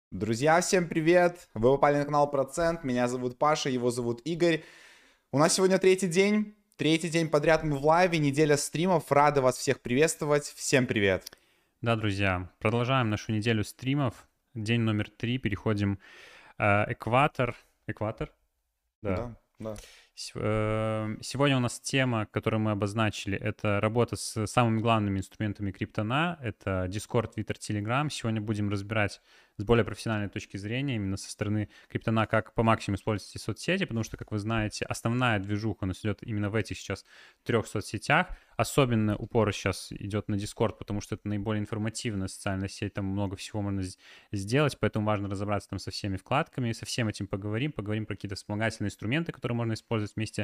Друзья, всем привет! Вы попали на канал Процент. Меня зовут Паша, его зовут Игорь. У нас сегодня третий день. Третий день подряд мы в лайве, неделя стримов. Рады вас всех приветствовать. Всем привет! Да, друзья, продолжаем нашу неделю стримов. День номер 3, переходим экватор. Экватор? Да. Да, да. Сегодня у нас тема, которую мы обозначили, это работа с самыми главными инструментами криптона. Это Discord, Twitter, Telegram. Сегодня будем разбирать с более профессиональной точки зрения, именно со стороны криптона, как по максимуму использовать эти соцсети, потому что, как вы знаете, основная движуха у нас идет именно в этих сейчас 3 соцсетях. Особенно упор сейчас идет на Discord, потому что это наиболее информативная социальная сеть, там много всего можно сделать, поэтому важно разобраться там со всеми вкладками, со всем этим поговорим про какие-то вспомогательные инструменты, которые можно использовать вместе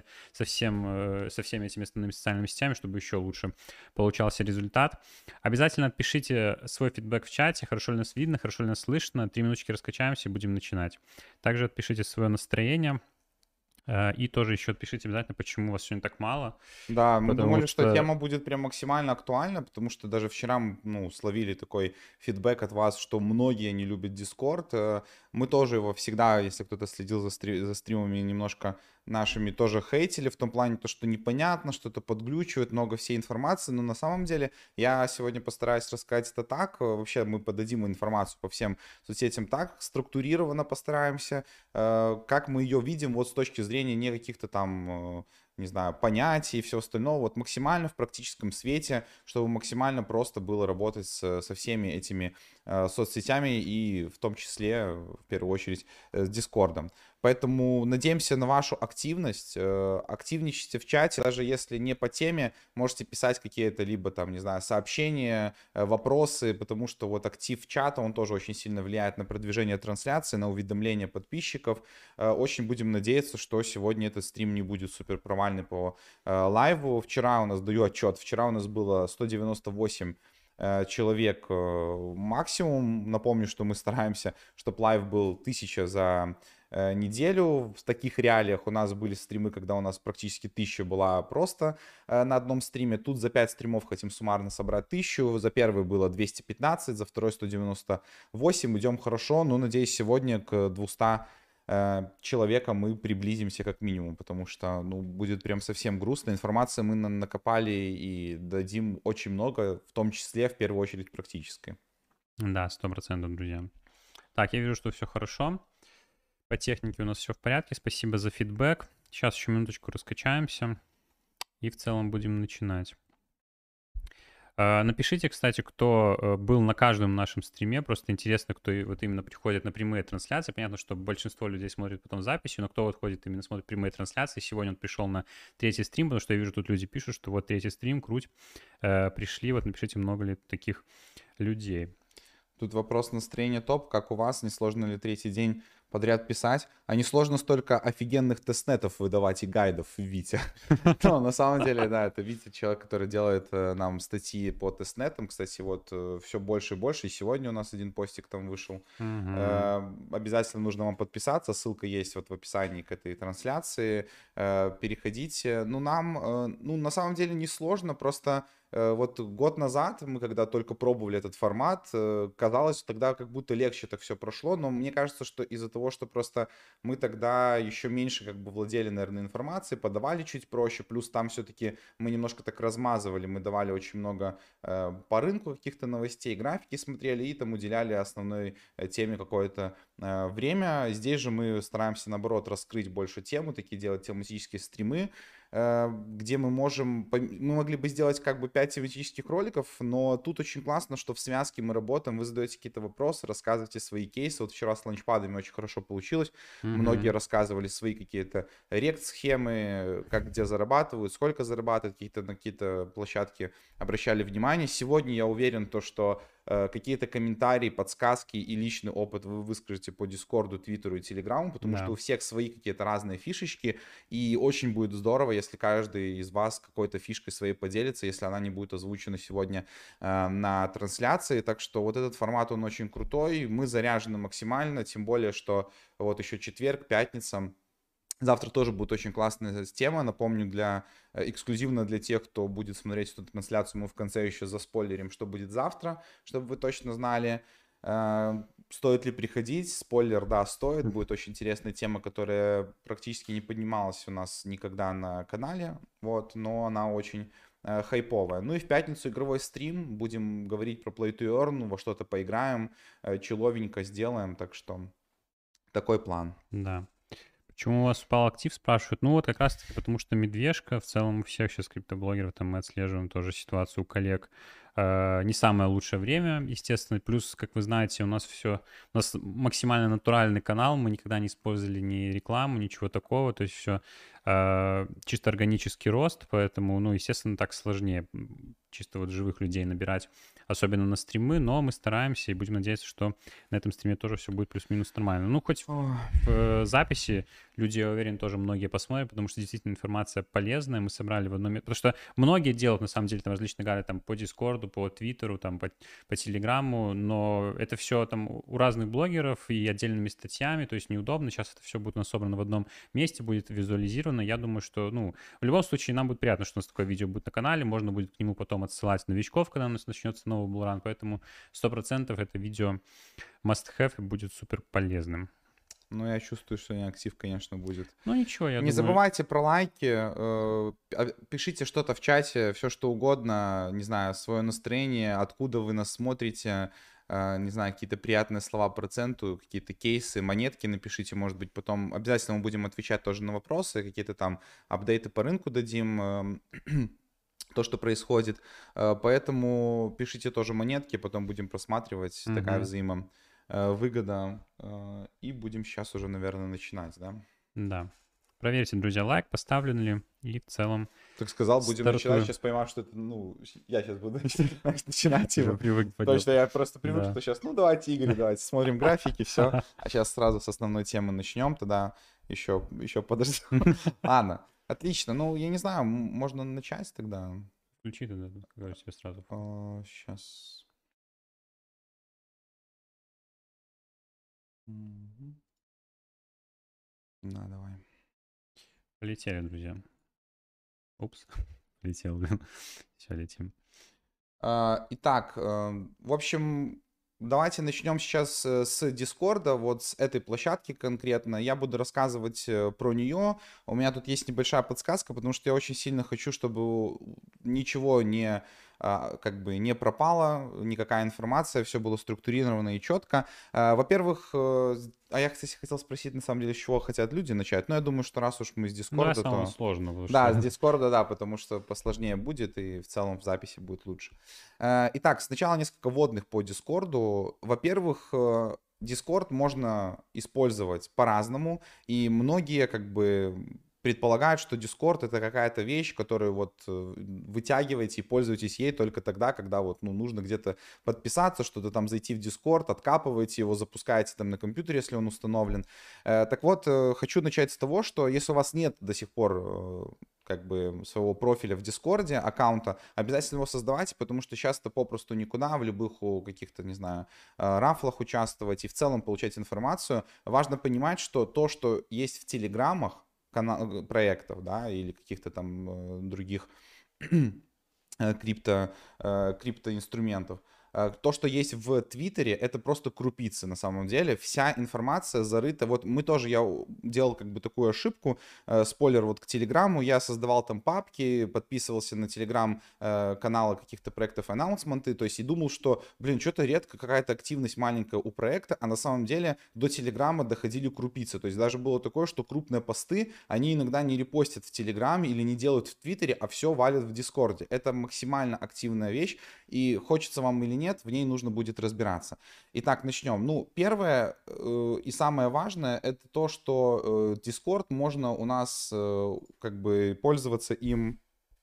со всеми этими основными социальными сетями, чтобы еще лучше получался результат. Обязательно отпишите свой фидбэк в чате, хорошо ли нас видно, хорошо ли нас слышно, 3 минуточки раскачаемся и будем начинать. Также отпишите свое настроение, и тоже еще отпишите обязательно, почему вас сегодня так мало, Да, мы потому думали, что что... тема будет прям максимально актуальна, потому что даже вчера, словили такой фидбэк от вас, что многие не любят Discord. Мы тоже его всегда, если кто-то следил за стримами немножко нашими, тоже хейтили в том плане, то, что непонятно, что-то подглючивает, много всей информации, но на самом деле я сегодня постараюсь рассказать это так. Вообще мы подадим информацию по всем соцсетям так, структурированно постараемся, как мы ее видим вот с точки зрения не каких-то там не знаю, понятий и все остальное, вот максимально в практическом свете, чтобы максимально просто было работать со всеми этими соцсетями и в том числе, в первую очередь, с Дискордом. Поэтому надеемся на вашу активность, активничайте в чате, даже если не по теме, можете писать какие-то либо там, не знаю, сообщения, вопросы, потому что вот актив чата, он тоже очень сильно влияет на продвижение трансляции, на уведомления подписчиков. Очень будем надеяться, что сегодня этот стрим не будет супер провальный по лайву. Вчера у нас, даю отчет, вчера у нас было 198 человек максимум. Напомню, что мы стараемся, чтобы лайв был 1000 за неделю. В таких реалиях у нас были стримы, когда у нас практически 1000 была просто на одном стриме. Тут за 5 стримов хотим суммарно собрать 1000. За первый было 215, за второй 198. Идем хорошо, но надеюсь, сегодня к 200 человека мы приблизимся как минимум, потому что, будет прям совсем грустно. Информации мы накопали и дадим очень много, в том числе, в первую очередь, практической. Да, 100%, друзья. Так, я вижу, что все хорошо. По технике у нас все в порядке. Спасибо за фидбэк. Сейчас еще минуточку раскачаемся и в целом будем начинать. Напишите, кстати, кто был на каждом нашем стриме. Просто интересно, кто вот именно приходит на прямые трансляции. Понятно, что большинство людей смотрит потом записи, но кто вот ходит именно смотрит прямые трансляции. Сегодня он пришел на третий стрим, потому что я вижу, тут люди пишут, что вот третий стрим, круть, пришли. Вот напишите, много ли таких людей. Тут вопрос настроения топ, как у вас, не сложно ли третий день подряд писать, а не сложно столько офигенных тестнетов выдавать и гайдов в Вите. Но на самом деле, да, это Витя, человек, который делает нам статьи по тестнетам. Кстати, вот все больше и больше. И сегодня у нас один постик там вышел. Обязательно нужно вам подписаться. Ссылка есть вот в описании к этой трансляции. Переходите. На самом деле не сложно, просто вот год назад мы, когда только пробовали этот формат, казалось, тогда как будто легче так все прошло, но мне кажется, что из-за того, что просто мы тогда еще меньше как бы владели, наверное, информацией, подавали чуть проще, плюс там все-таки мы немножко так размазывали, мы давали очень много по рынку каких-то новостей, графики смотрели и там уделяли основной теме какое-то время. Здесь же мы стараемся, наоборот, раскрыть больше тему, такие делать тематические стримы, где мы могли бы сделать как бы 5 тематических роликов, но тут очень классно, что в связке мы работаем, вы задаете какие-то вопросы, рассказываете свои кейсы. Вот вчера с ланчпадами очень хорошо получилось. Многие рассказывали свои какие-то рект-схемы, как где зарабатывают, сколько зарабатывают, на какие-то площадки обращали внимание. Сегодня я уверен, что какие-то комментарии, подсказки и личный опыт вы выскажете по Дискорду, Твиттеру и Телеграму, потому что у Да. всех свои какие-то разные фишечки, и очень будет здорово, если каждый из вас какой-то фишкой своей поделится, если она не будет озвучена сегодня на трансляции. Так что вот этот формат, он очень крутой, мы заряжены максимально, тем более, что вот еще четверг, пятница. Завтра тоже будет очень классная тема. Напомню, эксклюзивно для тех, кто будет смотреть эту трансляцию, мы в конце еще заспойлерим, что будет завтра, чтобы вы точно знали. стоит ли приходить? Спойлер, да, стоит. Будет очень интересная тема, которая практически не поднималась у нас никогда на канале, вот, но она очень хайповая. Ну и в пятницу игровой стрим. Будем говорить про Play to Earn, во что-то поиграем, человенько сделаем, так что такой план. Да. Почему у вас упал актив, спрашивают? Ну вот как раз-таки потому, что медвежка, в целом у всех сейчас криптоблогеров, там мы отслеживаем тоже ситуацию у коллег, не самое лучшее время, естественно. Плюс, как вы знаете, у нас максимально натуральный канал, мы никогда не использовали ни рекламу, ничего такого, то есть все чисто органический рост, поэтому, ну, естественно, так сложнее чисто вот живых людей набирать, особенно на стримы, но мы стараемся и будем надеяться, что на этом стриме тоже все будет плюс-минус нормально. Ну, хоть Ой. в записи люди, я уверен, тоже многие посмотрят, потому что действительно информация полезная, мы собрали в одном месте. Потому что многие делают, на самом деле, там различные гали там по Дискорду, по Твиттеру, там по Телеграмму, но это все там у разных блогеров и отдельными статьями, то есть неудобно. Сейчас это все будет у нас собрано в одном месте, будет визуализировано. Я думаю, что, ну, в любом случае нам будет приятно, что у нас такое видео будет на канале, можно будет к нему потом отсылать новичков, когда у нас начнется новый булран, поэтому 100% это видео must have и будет супер полезным. Ну, я чувствую, что актив, конечно, будет. Ну ничего, я Не думаю. забывайте про лайки, пишите что-то в чате, все что угодно, не знаю, свое настроение, откуда вы нас смотрите, не знаю, какие-то приятные слова проценту, какие-то кейсы, монетки напишите, может быть, потом обязательно мы будем отвечать тоже на вопросы, какие-то там апдейты по рынку дадим, то, что происходит. Поэтому пишите тоже монетки, потом будем просматривать, такая взаимовыгода. И будем сейчас уже, наверное, начинать, да? Да. Проверьте, друзья, лайк поставлен ли, и в целом Так сказал, будем начинать, стартуем. сейчас поймал, что это, ну, я сейчас буду начинать Уже его. привык Точно, я просто привык, Да. что сейчас, ну, давайте, Игорь, давайте смотрим графики, все. А сейчас сразу с основной темы начнем, тогда еще подождем. Ладно, отлично, ну, я не знаю, можно начать тогда. Включи тогда, говорю тебе сразу. Сейчас. Да, давай. Полетели, друзья. Упс, полетел, блин. Все, летим. Итак, в общем, давайте начнем сейчас с Дискорда, вот с этой площадки конкретно. Я буду рассказывать про нее. У меня тут есть небольшая подсказка, потому что я очень сильно хочу, чтобы ничего не как бы не пропало, никакая информация, все было структурировано и четко. Во-первых, а я, кстати, хотел спросить, на самом деле, с чего хотят люди начать. Но я думаю, что раз уж мы с Давай Дискорда, самое то... сложное, потому Да, с что... Дискорда, да, потому что посложнее будет, и в целом в записи будет лучше. Итак, сначала несколько вводных по Дискорду. Во-первых, Discord можно использовать по-разному, и многие как бы предполагают, что Discord это какая-то вещь, которую вот вытягиваете и пользуетесь ей только тогда, когда вот, ну, нужно где-то подписаться, что-то там зайти в Discord, откапываете его, запускаете там на компьютере, если он установлен. Так вот, хочу начать с того, что если у вас нет до сих пор как бы своего профиля в Дискорде, аккаунта, обязательно его создавайте, потому что сейчас это попросту никуда, в любых каких-то, не знаю, рафлах участвовать и в целом получать информацию. Важно понимать, что то, что есть в телеграммах проектов, да, или каких-то там других криптоинструментов, то, что есть в Твиттере, это просто крупицы на самом деле. Вся информация зарыта. Вот мы тоже, я делал как бы такую ошибку, спойлер вот к Телеграму, я создавал там папки, подписывался на Телеграм каналы каких-то проектов, анонсменты, то есть и думал, что, блин, что-то редко какая-то активность маленькая у проекта, а на самом деле до Телеграма доходили крупицы. То есть даже было такое, что крупные посты, они иногда не репостят в Телеграме или не делают в Твиттере, а все валят в Дискорде. Это максимально активная вещь, и хочется вам или нет, в ней нужно будет разбираться. Итак, начнем. Ну, первое и самое важное, это то, что Discord можно у нас как бы пользоваться им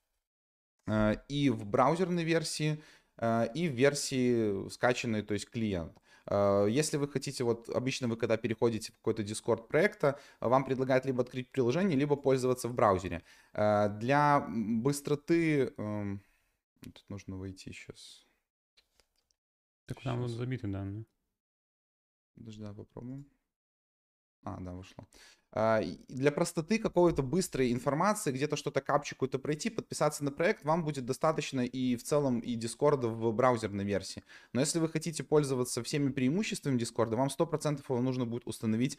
и в браузерной версии, и в версии скачанной, то есть клиент. Если вы хотите, вот обычно вы когда переходите в какой-то Discord проекта, вам предлагают либо открыть приложение, либо пользоваться в браузере. Для быстроты... Тут нужно войти сейчас. Так там вот забиты данные. Подожди, попробуем. Да, вышло. Для простоты какой-то быстрой информации, где-то что-то капчик какой-то пройти, подписаться на проект, вам будет достаточно и в целом и Discord в браузерной версии. Но если вы хотите пользоваться всеми преимуществами Discord, вам 100% его нужно будет установить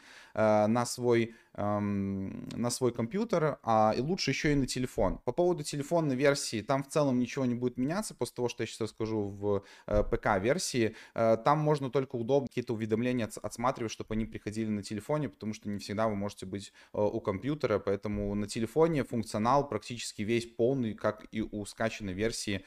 на свой компьютер, и лучше еще и на телефон. По поводу телефонной версии, там в целом ничего не будет меняться после того, что я сейчас расскажу в ПК-версии. Там можно только удобно какие-то уведомления отсматривать, чтобы они приходили на телефоне, потому что не всегда вы можете быть у компьютера, поэтому на телефоне функционал практически весь полный, как и у скачанной версии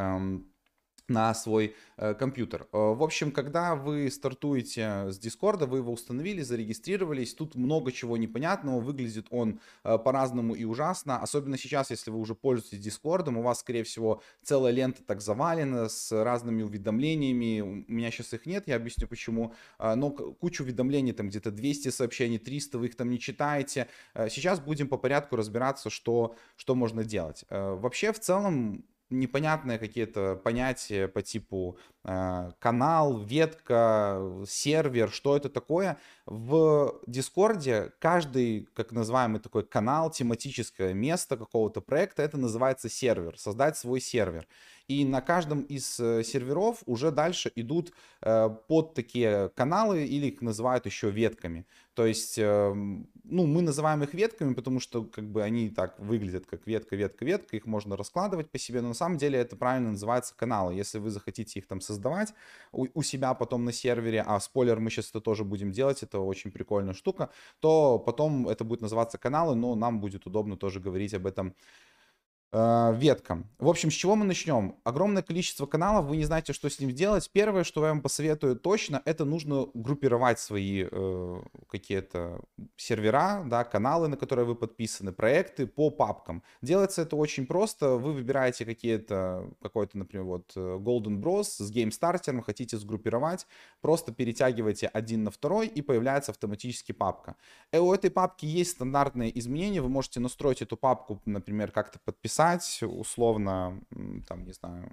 на свой компьютер. В общем, когда вы стартуете с Discord, вы его установили, зарегистрировались, тут много чего непонятного, выглядит он по-разному и ужасно, особенно сейчас, если вы уже пользуетесь Discord, у вас, скорее всего, целая лента так завалена с разными уведомлениями, у меня сейчас их нет, я объясню почему, но куча уведомлений, там где-то 200 сообщений, 300, вы их там не читаете. Сейчас будем по порядку разбираться, что можно делать. Вообще, в целом, непонятные какие-то понятия по типу канал, ветка, сервер, что это такое. В Дискорде каждый, как называемый такой канал, тематическое место какого-то проекта, это называется сервер, создать свой сервер. И на каждом из серверов уже дальше идут под такие каналы, или их называют еще ветками. То есть, мы называем их ветками, потому что как бы они так выглядят, как ветка, ветка, ветка, их можно раскладывать по себе, но на самом деле это правильно называется каналы. Если вы захотите их там создавать у себя потом на сервере, а спойлер, мы сейчас это тоже будем делать, это очень прикольная штука, то потом это будет называться каналы, но нам будет удобно тоже говорить об этом веткам. В общем, с чего мы начнем? Огромное количество каналов, вы не знаете, что с ним делать. Первое, что я вам посоветую точно, это нужно группировать свои какие-то сервера, да, каналы, на которые вы подписаны, проекты по папкам. Делается это очень просто. Вы выбираете какой-то, например, вот Golden Bros с Game Starter, хотите сгруппировать, просто перетягиваете один на второй и появляется автоматически папка. У этой папки есть стандартные изменения, вы можете настроить эту папку, например, как-то подписать, условно, там, не знаю,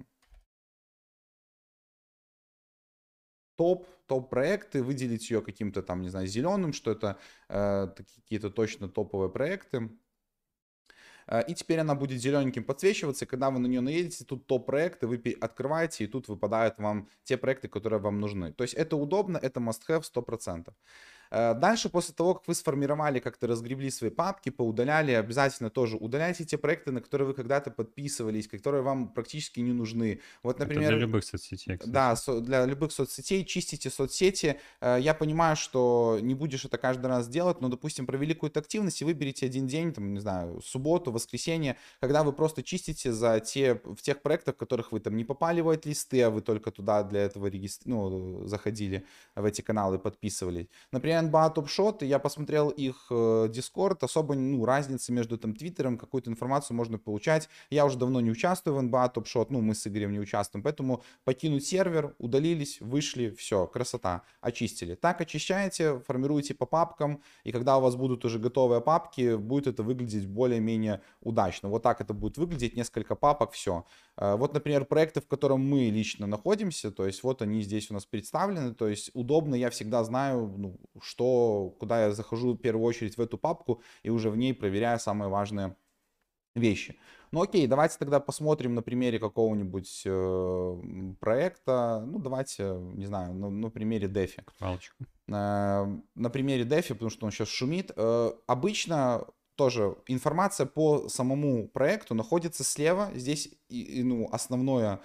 топ-проекты, выделить ее каким-то там, не знаю, зеленым, что это какие-то точно топовые проекты. И теперь она будет зелененьким подсвечиваться, и когда вы на нее наедете, тут топ-проекты, вы открываете, и тут выпадают вам те проекты, которые вам нужны. То есть это удобно, это must-have 100%. Дальше, после того, как вы сформировали, как-то разгребли свои папки, поудаляли, обязательно тоже удаляйте те проекты, на которые вы когда-то подписывались, которые вам практически не нужны. Вот, например, это для любых соцсетей, кстати. Да, для любых соцсетей, чистите соцсети. Я понимаю, что не будешь это каждый раз делать, но, допустим, провели какую-то активность, и выберите один день, там, не знаю, субботу, воскресенье, когда вы просто чистите в тех проектах, в которых вы там не попали в листы, а вы только туда для этого заходили в эти каналы, подписывались. Например, NBA Top Shot, я посмотрел их Discord, особо разницы между там Твиттером, какую-то информацию можно получать. Я уже давно не участвую в NBA Top Shot, мы с Игорем не участвуем, поэтому покинуть сервер, удалились, вышли, все, красота, очистили. Так очищаете, формируете по папкам, и когда у вас будут уже готовые папки, будет это выглядеть более-менее удачно. Вот так это будет выглядеть, несколько папок, все. Вот, например, проекты, в котором мы лично находимся, то есть вот они здесь у нас представлены, то есть удобно, я всегда знаю, куда я захожу в первую очередь в эту папку и уже в ней проверяю самые важные вещи. Ну окей, давайте тогда посмотрим на примере какого-нибудь проекта. Давайте, не знаю, на примере DeFi. На примере DeFi, потому что он сейчас шумит. Обычно тоже информация по самому проекту находится слева. Здесь основное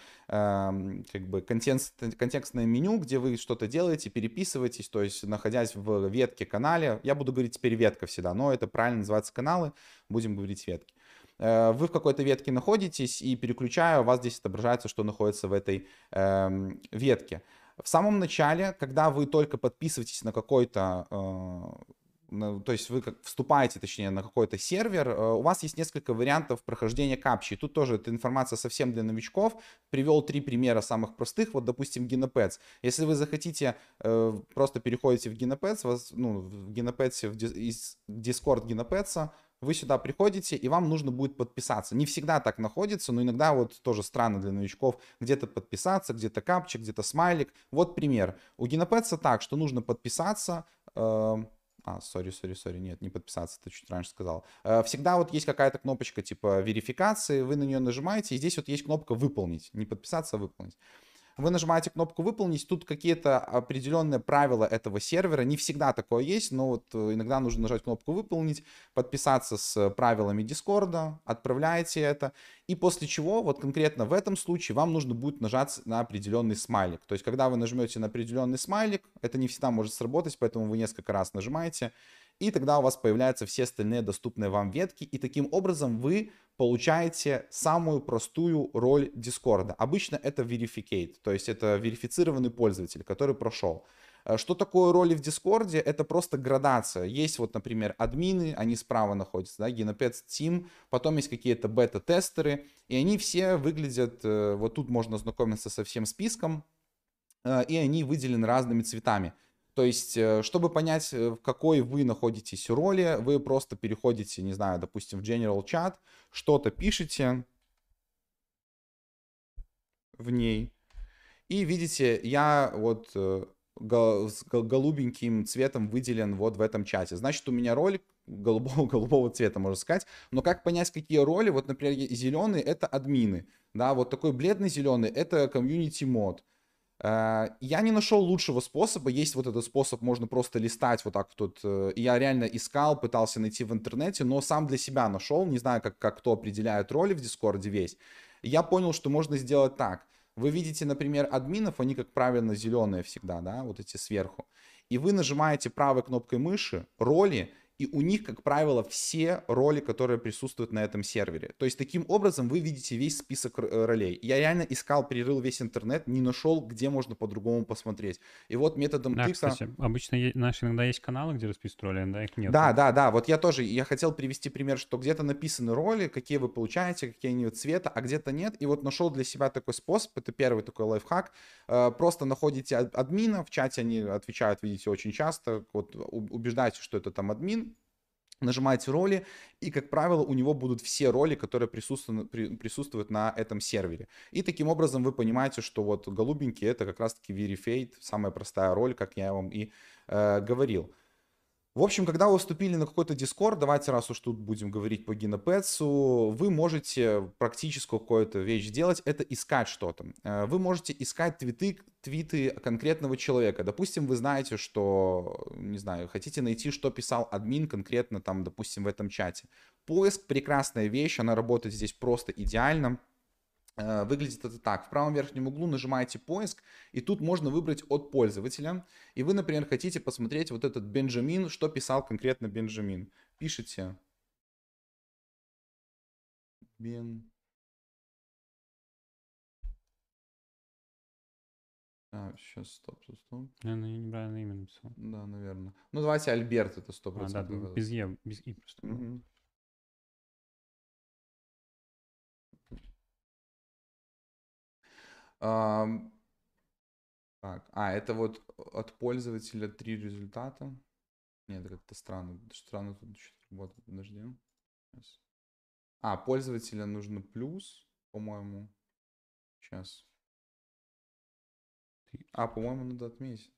контекстное меню, где вы что-то делаете, переписываетесь, то есть находясь в ветке канале. Я буду говорить теперь ветка всегда, но это правильно называется каналы, будем говорить ветки. Вы в какой-то ветке находитесь, и переключая, у вас здесь отображается, что находится в этой ветке. В самом начале, когда вы только подписываетесь на какой-то, то есть вы вступаете, точнее, на какой-то сервер, у вас есть несколько вариантов прохождения капчи. Тут тоже эта информация совсем для новичков. Привел 3 примера самых простых. Вот, допустим, Ginapets. Если вы захотите, просто переходите в Ginapets, в Ginapets, из Discord Ginapets, вы сюда приходите, и вам нужно будет подписаться. Не всегда так находится, но иногда вот тоже странно для новичков. Где-то подписаться, где-то капчик, где-то смайлик. Вот пример. У Ginapets так, что нужно подписаться, Сори, нет, не подписаться, ты чуть раньше сказал. Всегда вот есть какая-то кнопочка типа верификации, вы на нее нажимаете, и здесь вот есть кнопка выполнить, не подписаться, а выполнить. Вы нажимаете кнопку «Выполнить», тут какие-то определенные правила этого сервера, не всегда такое есть, но вот иногда нужно нажать кнопку «Выполнить», подписаться с правилами Дискорда, отправляете это, и после чего, вот конкретно в этом случае, вам нужно будет нажать на определенный смайлик. То есть, когда вы нажмете на определенный смайлик, это не всегда может сработать, поэтому вы несколько раз нажимаете, и тогда у вас появляются все остальные доступные вам ветки, и таким образом вы получаете самую простую роль Discord. Обычно это Verificate, то есть это верифицированный пользователь, который прошел. Что такое роли в Дискорде? Это просто градация. Есть вот, например, админы, они справа находятся, да, Genopets Team, потом есть какие-то бета-тестеры, и они все выглядят, вот тут можно ознакомиться со всем списком, и они выделены разными цветами. То есть, чтобы понять, в какой вы находитесь роли, вы просто переходите, не знаю, допустим, в General Chat, что-то пишете в ней, и видите, я вот с голубеньким цветом выделен вот в этом чате. Значит, у меня роль голубого цвета, можно сказать. Но как понять, какие роли? Вот, например, зеленый — это админы. Да, вот такой бледный зеленый — это комьюнити мод. Я не нашел лучшего способа. Есть вот этот способ, можно просто листать вот так вот тут. Я реально искал, пытался найти в интернете, но сам для себя нашел. Не знаю, как кто определяет роли в Дискорде весь. Я понял, что можно сделать так. Вы видите, например, админов, они, как правило, зеленые всегда, да, вот эти сверху. И вы нажимаете правой кнопкой мыши «Роли», и у них, как правило, все роли, которые присутствуют на этом сервере. То есть, таким образом, вы видите весь список ролей. Я реально искал, перерыл весь интернет, не нашел, где можно по-другому посмотреть. И вот методом Да, тыка... кстати, обычно, знаешь, иногда есть каналы, где расписывают роли, иногда их нету. Да, вот я хотел привести пример, что где-то написаны роли, какие вы получаете, какие они цвета, а где-то нет. И вот нашел для себя такой способ, это первый такой лайфхак. Просто находите админа, в чате они отвечают, видите, очень часто. Вот убеждайте, что это там админ, нажимаете роли, и, как правило, у него будут все роли, которые присутствуют на этом сервере. И таким образом вы понимаете, что вот голубенький — это как раз-таки Verified, самая простая роль, как я вам и говорил. В общем, когда вы вступили на какой-то Discord, давайте, раз уж тут будем говорить по Genopets, вы можете практически какую-то вещь делать, это искать что-то. Вы можете искать твиты конкретного человека. Допустим, вы знаете, что, не знаю, хотите найти, что писал админ конкретно там, допустим, в этом чате. Поиск — прекрасная вещь, она работает здесь просто идеально. Выглядит это так. В правом верхнем углу нажимаете поиск, и тут можно выбрать от пользователя. И вы, например, хотите посмотреть вот этот Бенджамин, что писал конкретно Бенджамин. Пишите. Сейчас, стоп. Наверное, я неправильно имя написал. Да, наверное. Ну, давайте Альберт, это 100%. Да, без Е, без И просто. Угу. Так, это вот от пользователя 3 результата. Нет, это как-то странно. Странно тут что-то работает. Подожди. Сейчас. Пользователя нужно плюс, по-моему. Сейчас. По-моему, надо отметить.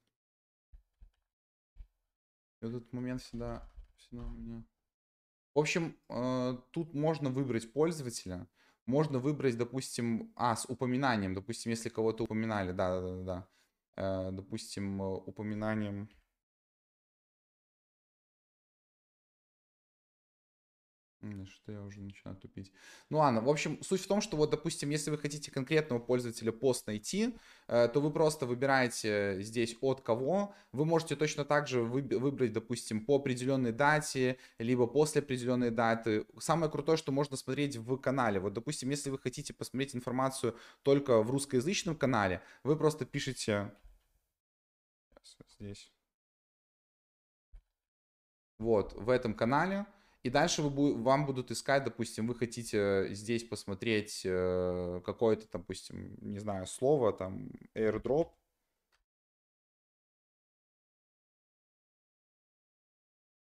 И вот этот момент всегда у меня... В общем, тут можно выбрать пользователя. Можно выбрать, допустим, с упоминанием. Допустим, если кого-то упоминали. Да. Допустим, упоминанием... Что я уже начинаю тупить. Ну ладно, в общем, суть в том, что вот, допустим, если вы хотите конкретного пользователя пост найти, то вы просто выбираете здесь от кого. Вы можете точно так же выбрать, допустим, по определенной дате, либо после определенной даты. Самое крутое, что можно смотреть в канале. Вот, допустим, если вы хотите посмотреть информацию только в русскоязычном канале, вы просто пишете здесь. Вот, в этом канале. И дальше вам будут искать, допустим, вы хотите здесь посмотреть какое-то, допустим, не знаю, слово, там, airdrop.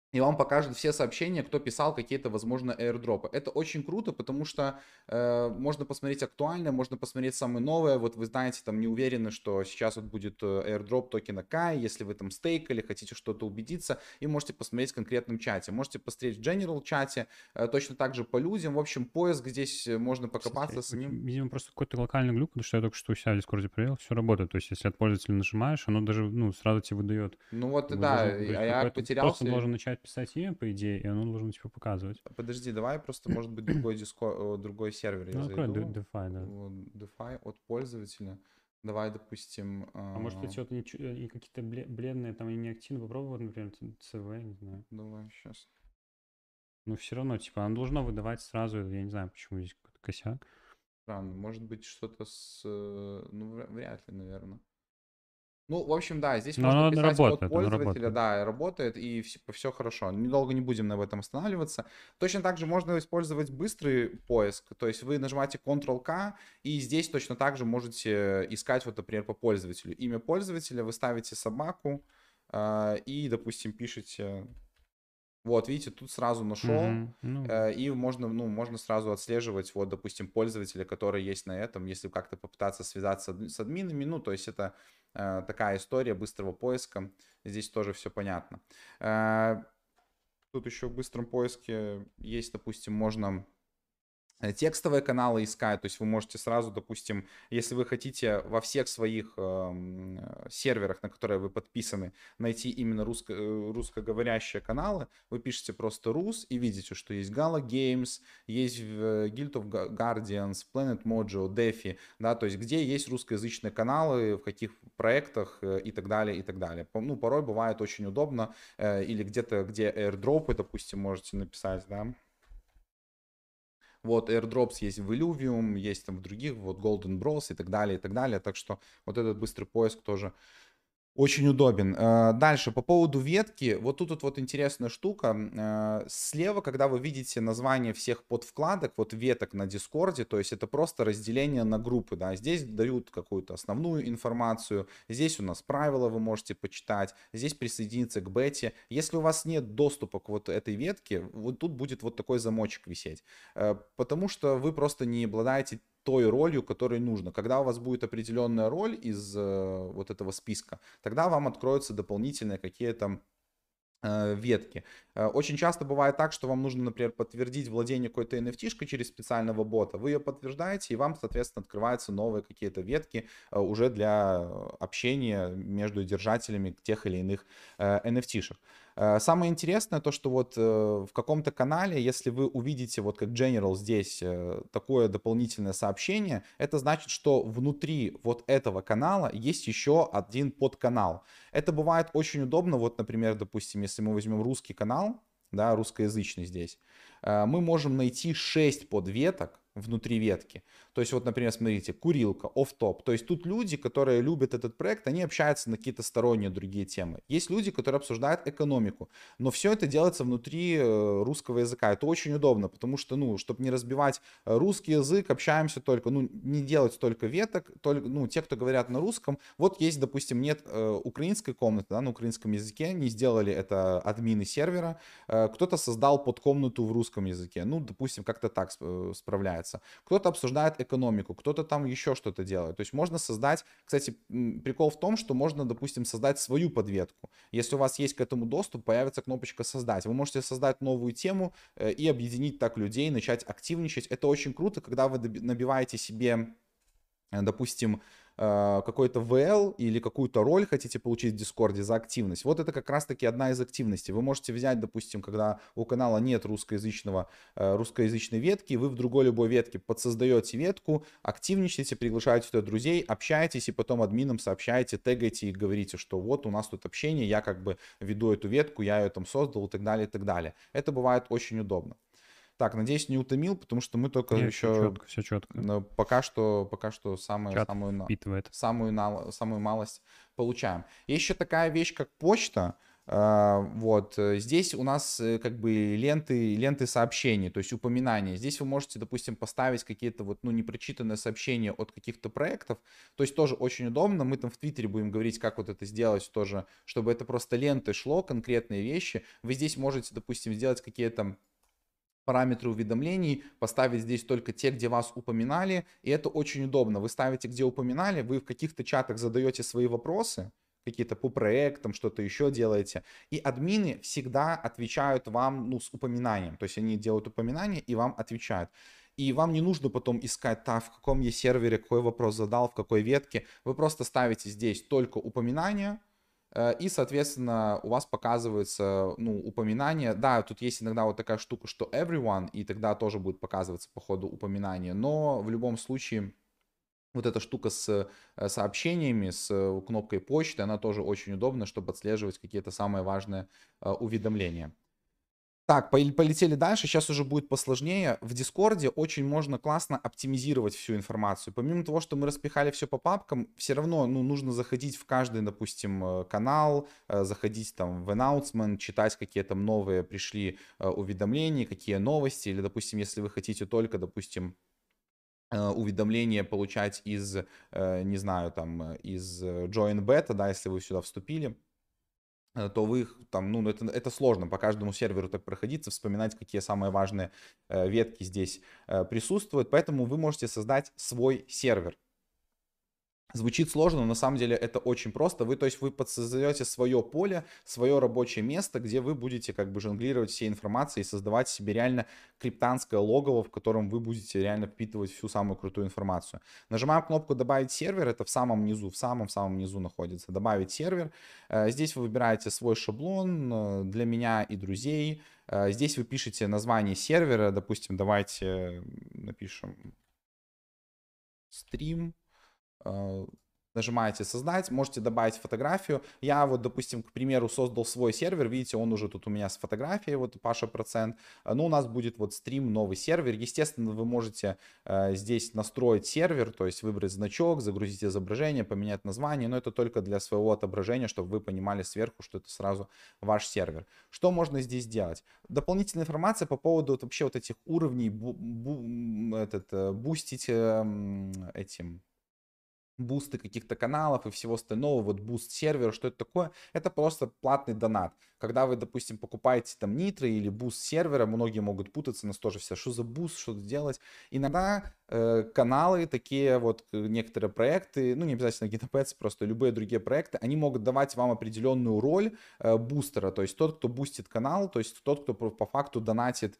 и вам покажет все сообщения, кто писал какие-то, возможно, airdropы. Это очень круто, потому что можно посмотреть актуальное, можно посмотреть самое новое. Вот вы знаете, там не уверены, что сейчас вот будет airdrop токена Kai, если вы там стейкали, хотите что-то убедиться, и можете посмотреть в конкретном чате. Можете посмотреть в general чате, точно так же по людям. В общем, поиск здесь можно покопаться Кстати, самим. видимо, просто какой-то локальный глюк, потому что я только что у себя в Дискорде проверил, все работает. То есть, если от пользователя нажимаешь, оно даже, ну, сразу тебе выдает. Ну вот, Как бы да, должен, то а есть, я какой-то просто потерялся. должен начать писать имя, по идее, и оно должно типа показывать. Подожди, давай просто, может быть, другой другой сервер я Ну, открой зайду. DeFi, да. Вот, DeFi от пользователя. Давай, допустим, А может, эти вот и какие-то бледные, там, и неактивны, попробуй, вот, например, CV, не знаю. давай сейчас. Но все равно, типа, оно должно выдавать сразу, я не знаю, почему здесь какой-то косяк. Странно, может быть, что-то с... Ну, вряд ли, наверное. Ну, в общем, да, здесь Но можно оно писать код работает, оно пользователя, работает. да, и работает, и все хорошо. Недолго не будем на этом останавливаться. Точно так же можно использовать быстрый поиск, то есть вы нажимаете Ctrl-K, и здесь точно так же можете искать, вот, например, по пользователю. Имя пользователя, вы ставите собаку, и, допустим, пишете... Вот, видите, тут сразу нашел, Ну, и можно, ну, можно сразу отслеживать, вот, допустим, пользователя, который есть на этом, если как-то попытаться связаться с админами, ну, то есть это такая история быстрого поиска, здесь тоже все понятно. Тут еще в быстром поиске есть, допустим, можно текстовые каналы искать, то есть вы можете сразу, допустим, если вы хотите во всех своих серверах, на которые вы подписаны, найти именно русскоговорящие каналы, вы пишете просто рус и видите, что есть Gala Games, есть Guild of Guardians, Planet Mojo, DeFi, да, то есть где есть русскоязычные каналы, в каких проектах и так далее, и так далее. Ну, порой бывает очень удобно, или где-то, где airdropы, допустим, можете написать, да. Вот, airdrops есть в Illuvium, есть там в других, вот Golden Bros и так далее, и так далее. Так что вот этот быстрый поиск тоже очень удобен. Дальше, по поводу ветки, вот тут вот интересная штука. Слева, когда вы видите название всех подвкладок, вот веток на Дискорде, то есть это просто разделение на группы, да, здесь дают какую-то основную информацию, здесь у нас правила вы можете почитать, здесь присоединиться к бете. Если у вас нет доступа к вот этой ветке, вот тут будет вот такой замочек висеть, потому что вы просто не обладаете той ролью, которой нужно. Когда у вас будет определенная роль из вот этого списка, тогда вам откроются дополнительные какие-то ветки. Очень часто бывает так, что вам нужно, например, подтвердить владение какой-то NFT-шкой через специального бота. Вы ее подтверждаете, и вам, соответственно, открываются новые какие-то ветки уже для общения между держателями тех или иных NFT-шек. Самое интересное то, что вот в каком-то канале, если вы увидите вот как General здесь такое дополнительное сообщение, это значит, что внутри вот этого канала есть еще один подканал. Это бывает очень удобно, вот, например, допустим, если мы возьмем русский канал, да, русскоязычный здесь, мы можем найти 6 подветок внутри ветки. То есть вот, например, смотрите, курилка, офф-топ. То есть тут люди, которые любят этот проект, они общаются на какие-то сторонние другие темы. Есть люди, которые обсуждают экономику. Но все это делается внутри русского языка. Это очень удобно, потому что, ну, чтобы не разбивать русский язык, общаемся только, ну, не делать столько веток, только, ну, те, кто говорят на русском. Вот есть, допустим, нет украинской комнаты, да, на украинском языке, не сделали это админы сервера. Кто-то создал подкомнату в русском языке. Ну, допустим, как-то так справляется. Кто-то обсуждает экономику, кто-то там еще что-то делает. То есть можно создать, кстати, прикол в том, что можно, допустим, создать свою подветку. Если у вас есть к этому доступ, появится кнопочка «Создать». Вы можете создать новую тему и объединить так людей, начать активничать. Это очень круто, когда вы набиваете себе, допустим, какой-то VL или какую-то роль хотите получить в Дискорде за активность. Вот это как раз-таки одна из активностей. Вы можете взять, допустим, когда у канала нет русскоязычной ветки, вы в другой любой ветке подсоздаете ветку, активничаете, приглашаете туда друзей, общаетесь и потом админам сообщаете, тегаете и говорите, что вот у нас тут общение, я как бы веду эту ветку, я ее там создал и так далее, и так далее. Это бывает очень удобно. Так, надеюсь, не утомил, потому что мы только не, все еще четко, все четко. пока что Чат впитывает. самую малость получаем. Есть еще такая вещь, как почта. Вот, здесь у нас как бы ленты сообщений, то есть упоминания. Здесь вы можете, допустим, поставить какие-то вот, ну, непрочитанные сообщения от каких-то проектов, то есть тоже очень удобно. Мы там в Твиттере будем говорить, как вот это сделать тоже, чтобы это просто лентой шло, конкретные вещи. Вы здесь можете, допустим, сделать какие-то параметры уведомлений, поставить здесь только те, где вас упоминали, и это очень удобно. Вы ставите, где упоминали, вы в каких-то чатах задаете свои вопросы, какие-то по проектам, что-то еще делаете, и админы всегда отвечают вам, ну, с упоминанием, то есть они делают упоминание и вам отвечают. И вам не нужно потом искать, так, в каком я сервере, какой вопрос задал, в какой ветке. Вы просто ставите здесь только упоминание, и, соответственно, у вас показывается, ну, упоминание. Да, тут есть иногда вот такая штука, что everyone, и тогда тоже будет показываться по ходу упоминание. Но в любом случае, вот эта штука с сообщениями, с кнопкой почты, она тоже очень удобна, чтобы отслеживать какие-то самые важные уведомления. Так, полетели дальше. Сейчас уже будет посложнее. В Дискорде очень можно классно оптимизировать всю информацию. Помимо того, что мы распихали все по папкам, все равно, ну, нужно заходить в каждый, допустим, канал, заходить там в announcement, читать, какие там новые пришли уведомления, какие новости. Или, допустим, если вы хотите только, допустим, уведомления получать из, не знаю, там, из Join Beta, да, если вы сюда вступили, то вы их там, ну, это сложно по каждому серверу так проходиться, вспоминать, какие самые важные ветки здесь присутствуют. Поэтому вы можете создать свой сервер. Звучит сложно, но на самом деле это очень просто. Вы, то есть вы подсоздаете свое поле, свое рабочее место, где вы будете как бы жонглировать всей информацией и создавать себе реально криптанское логово, в котором вы будете реально впитывать всю самую крутую информацию. Нажимаем кнопку «Добавить сервер», это в самом низу, в самом-самом низу находится. «Добавить сервер». Здесь вы выбираете свой шаблон для меня и друзей. Здесь вы пишете название сервера, допустим, давайте напишем «Стрим». Нажимаете создать, можете добавить фотографию. Я вот, допустим, к примеру, создал свой сервер. Видите, он уже тут у меня с фотографией, вот Паша Процент. Но у нас будет вот стрим, новый сервер. Естественно, вы можете здесь настроить сервер, то есть выбрать значок, загрузить изображение, поменять название. Но это только для своего отображения, чтобы вы понимали сверху, что это сразу ваш сервер. Что можно здесь делать? Дополнительная информация по поводу вот, вообще вот этих уровней, бустить этим бусты каких-то каналов и всего остального, вот буст сервера, что это такое? Это просто платный донат. Когда вы, допустим, покупаете там нитро или буст сервера, многие могут путаться, нас тоже все, что за буст, что делать. Иногда каналы, такие вот некоторые проекты, ну не обязательно GitHub, просто любые другие проекты, они могут давать вам определенную роль бустера, то есть тот, кто бустит канал, то есть тот, кто по факту донатит.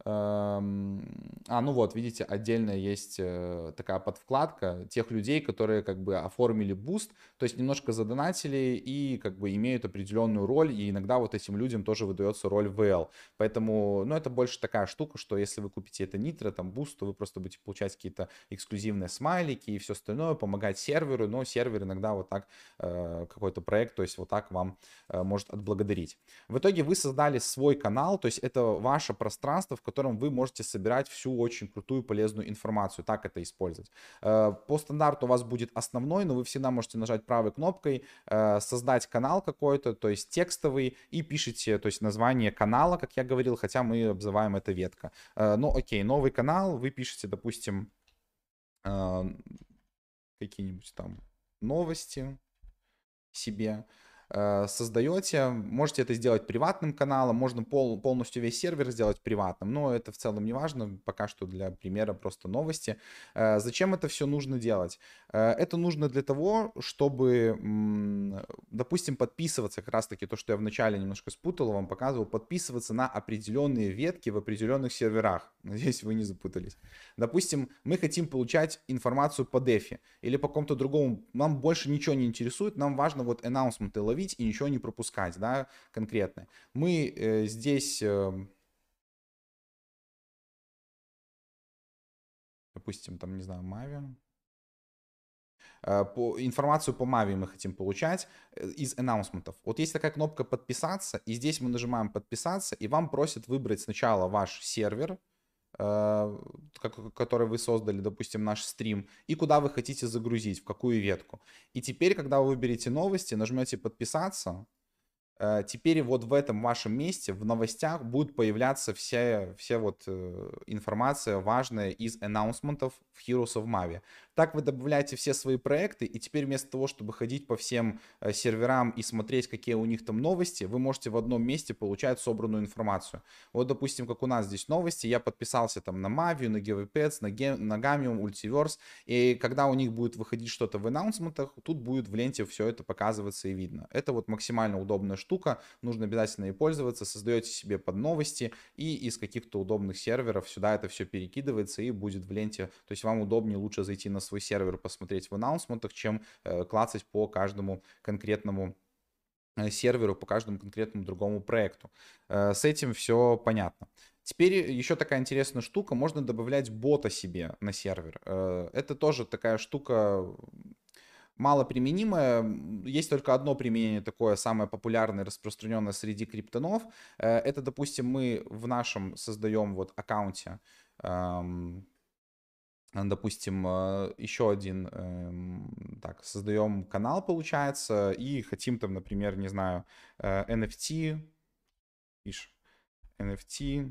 Ну вот, видите, отдельно есть такая подвкладка тех людей, которые как бы оформили буст, то есть немножко задонатили и как бы имеют определенную роль, и иногда вот этим людям тоже выдается роль VL. Поэтому, ну, это больше такая штука, что если вы купите это нитро, там, буст, то вы просто будете получать какие-то эксклюзивные смайлики и все остальное, помогать серверу, но сервер иногда вот так, какой-то проект, то есть вот так вам может отблагодарить. В итоге вы создали свой канал, то есть это ваше пространство, в котором вы можете собирать всю очень крутую полезную информацию, так это использовать. По стандарту у вас будет основной, но вы всегда можете нажать правой кнопкой, создать канал какой-то, то есть текстовый, и пишите, то есть название канала, как я говорил, хотя мы обзываем это ветка. Ну окей, новый канал, вы пишете, допустим, какие-нибудь там новости себе, создаете, можете это сделать приватным каналом, можно полностью весь сервер сделать приватным, но это в целом не важно, пока что для примера просто новости. Зачем это все нужно делать? Это нужно для того, чтобы, допустим, подписываться, как раз таки то, что я вначале немножко спутал, вам показывал, подписываться на определенные ветки в определенных серверах. Надеюсь, вы не запутались. Допустим, мы хотим получать информацию по дефи или по какому-то другому, нам больше ничего не интересует, нам важно вот анонсменты ловить и ничего не пропускать, да, конкретно. Мы здесь, допустим, там, не знаю, Mavi. Информацию по Mavi мы хотим получать из анонсментов. Вот есть такая кнопка «Подписаться», и здесь мы нажимаем «Подписаться», и вам просят выбрать сначала ваш сервер, который вы создали, допустим, наш стрим, и куда вы хотите загрузить, в какую ветку. И теперь, когда вы выберете новости, нажмете «Подписаться», Теперь вот в этом вашем месте, в новостях, будет появляться все вот информация важная из анонсментов в Heroes of Mavi. Так вы добавляете все свои проекты, и теперь вместо того, чтобы ходить по всем серверам и смотреть, какие у них там новости, вы можете в одном месте получать собранную информацию. Вот, допустим, как у нас здесь новости, я подписался там на Mavi, на GVPets, на Gamium, Ultiverse, и когда у них будет выходить что-то в анонсментах, тут будет в ленте все это показываться и видно. Это вот максимально удобная штука, нужно обязательно ей пользоваться, создаете себе под новости, и из каких-то удобных серверов сюда это все перекидывается и будет в ленте, то есть вам удобнее лучше зайти на свой сервер, посмотреть в анонсментах, чем клацать по каждому конкретному серверу, по каждому конкретному другому проекту. С этим все понятно. Теперь еще такая интересная штука, можно добавлять бота себе на сервер. Это тоже такая штука мало применимая. Есть только одно применение такое, самое популярное, распространенное среди криптонов. Это, допустим, мы в нашем создаем вот аккаунте, допустим, еще один, так, создаем канал, получается, и хотим там, например, не знаю, NFT, пишем, NFT,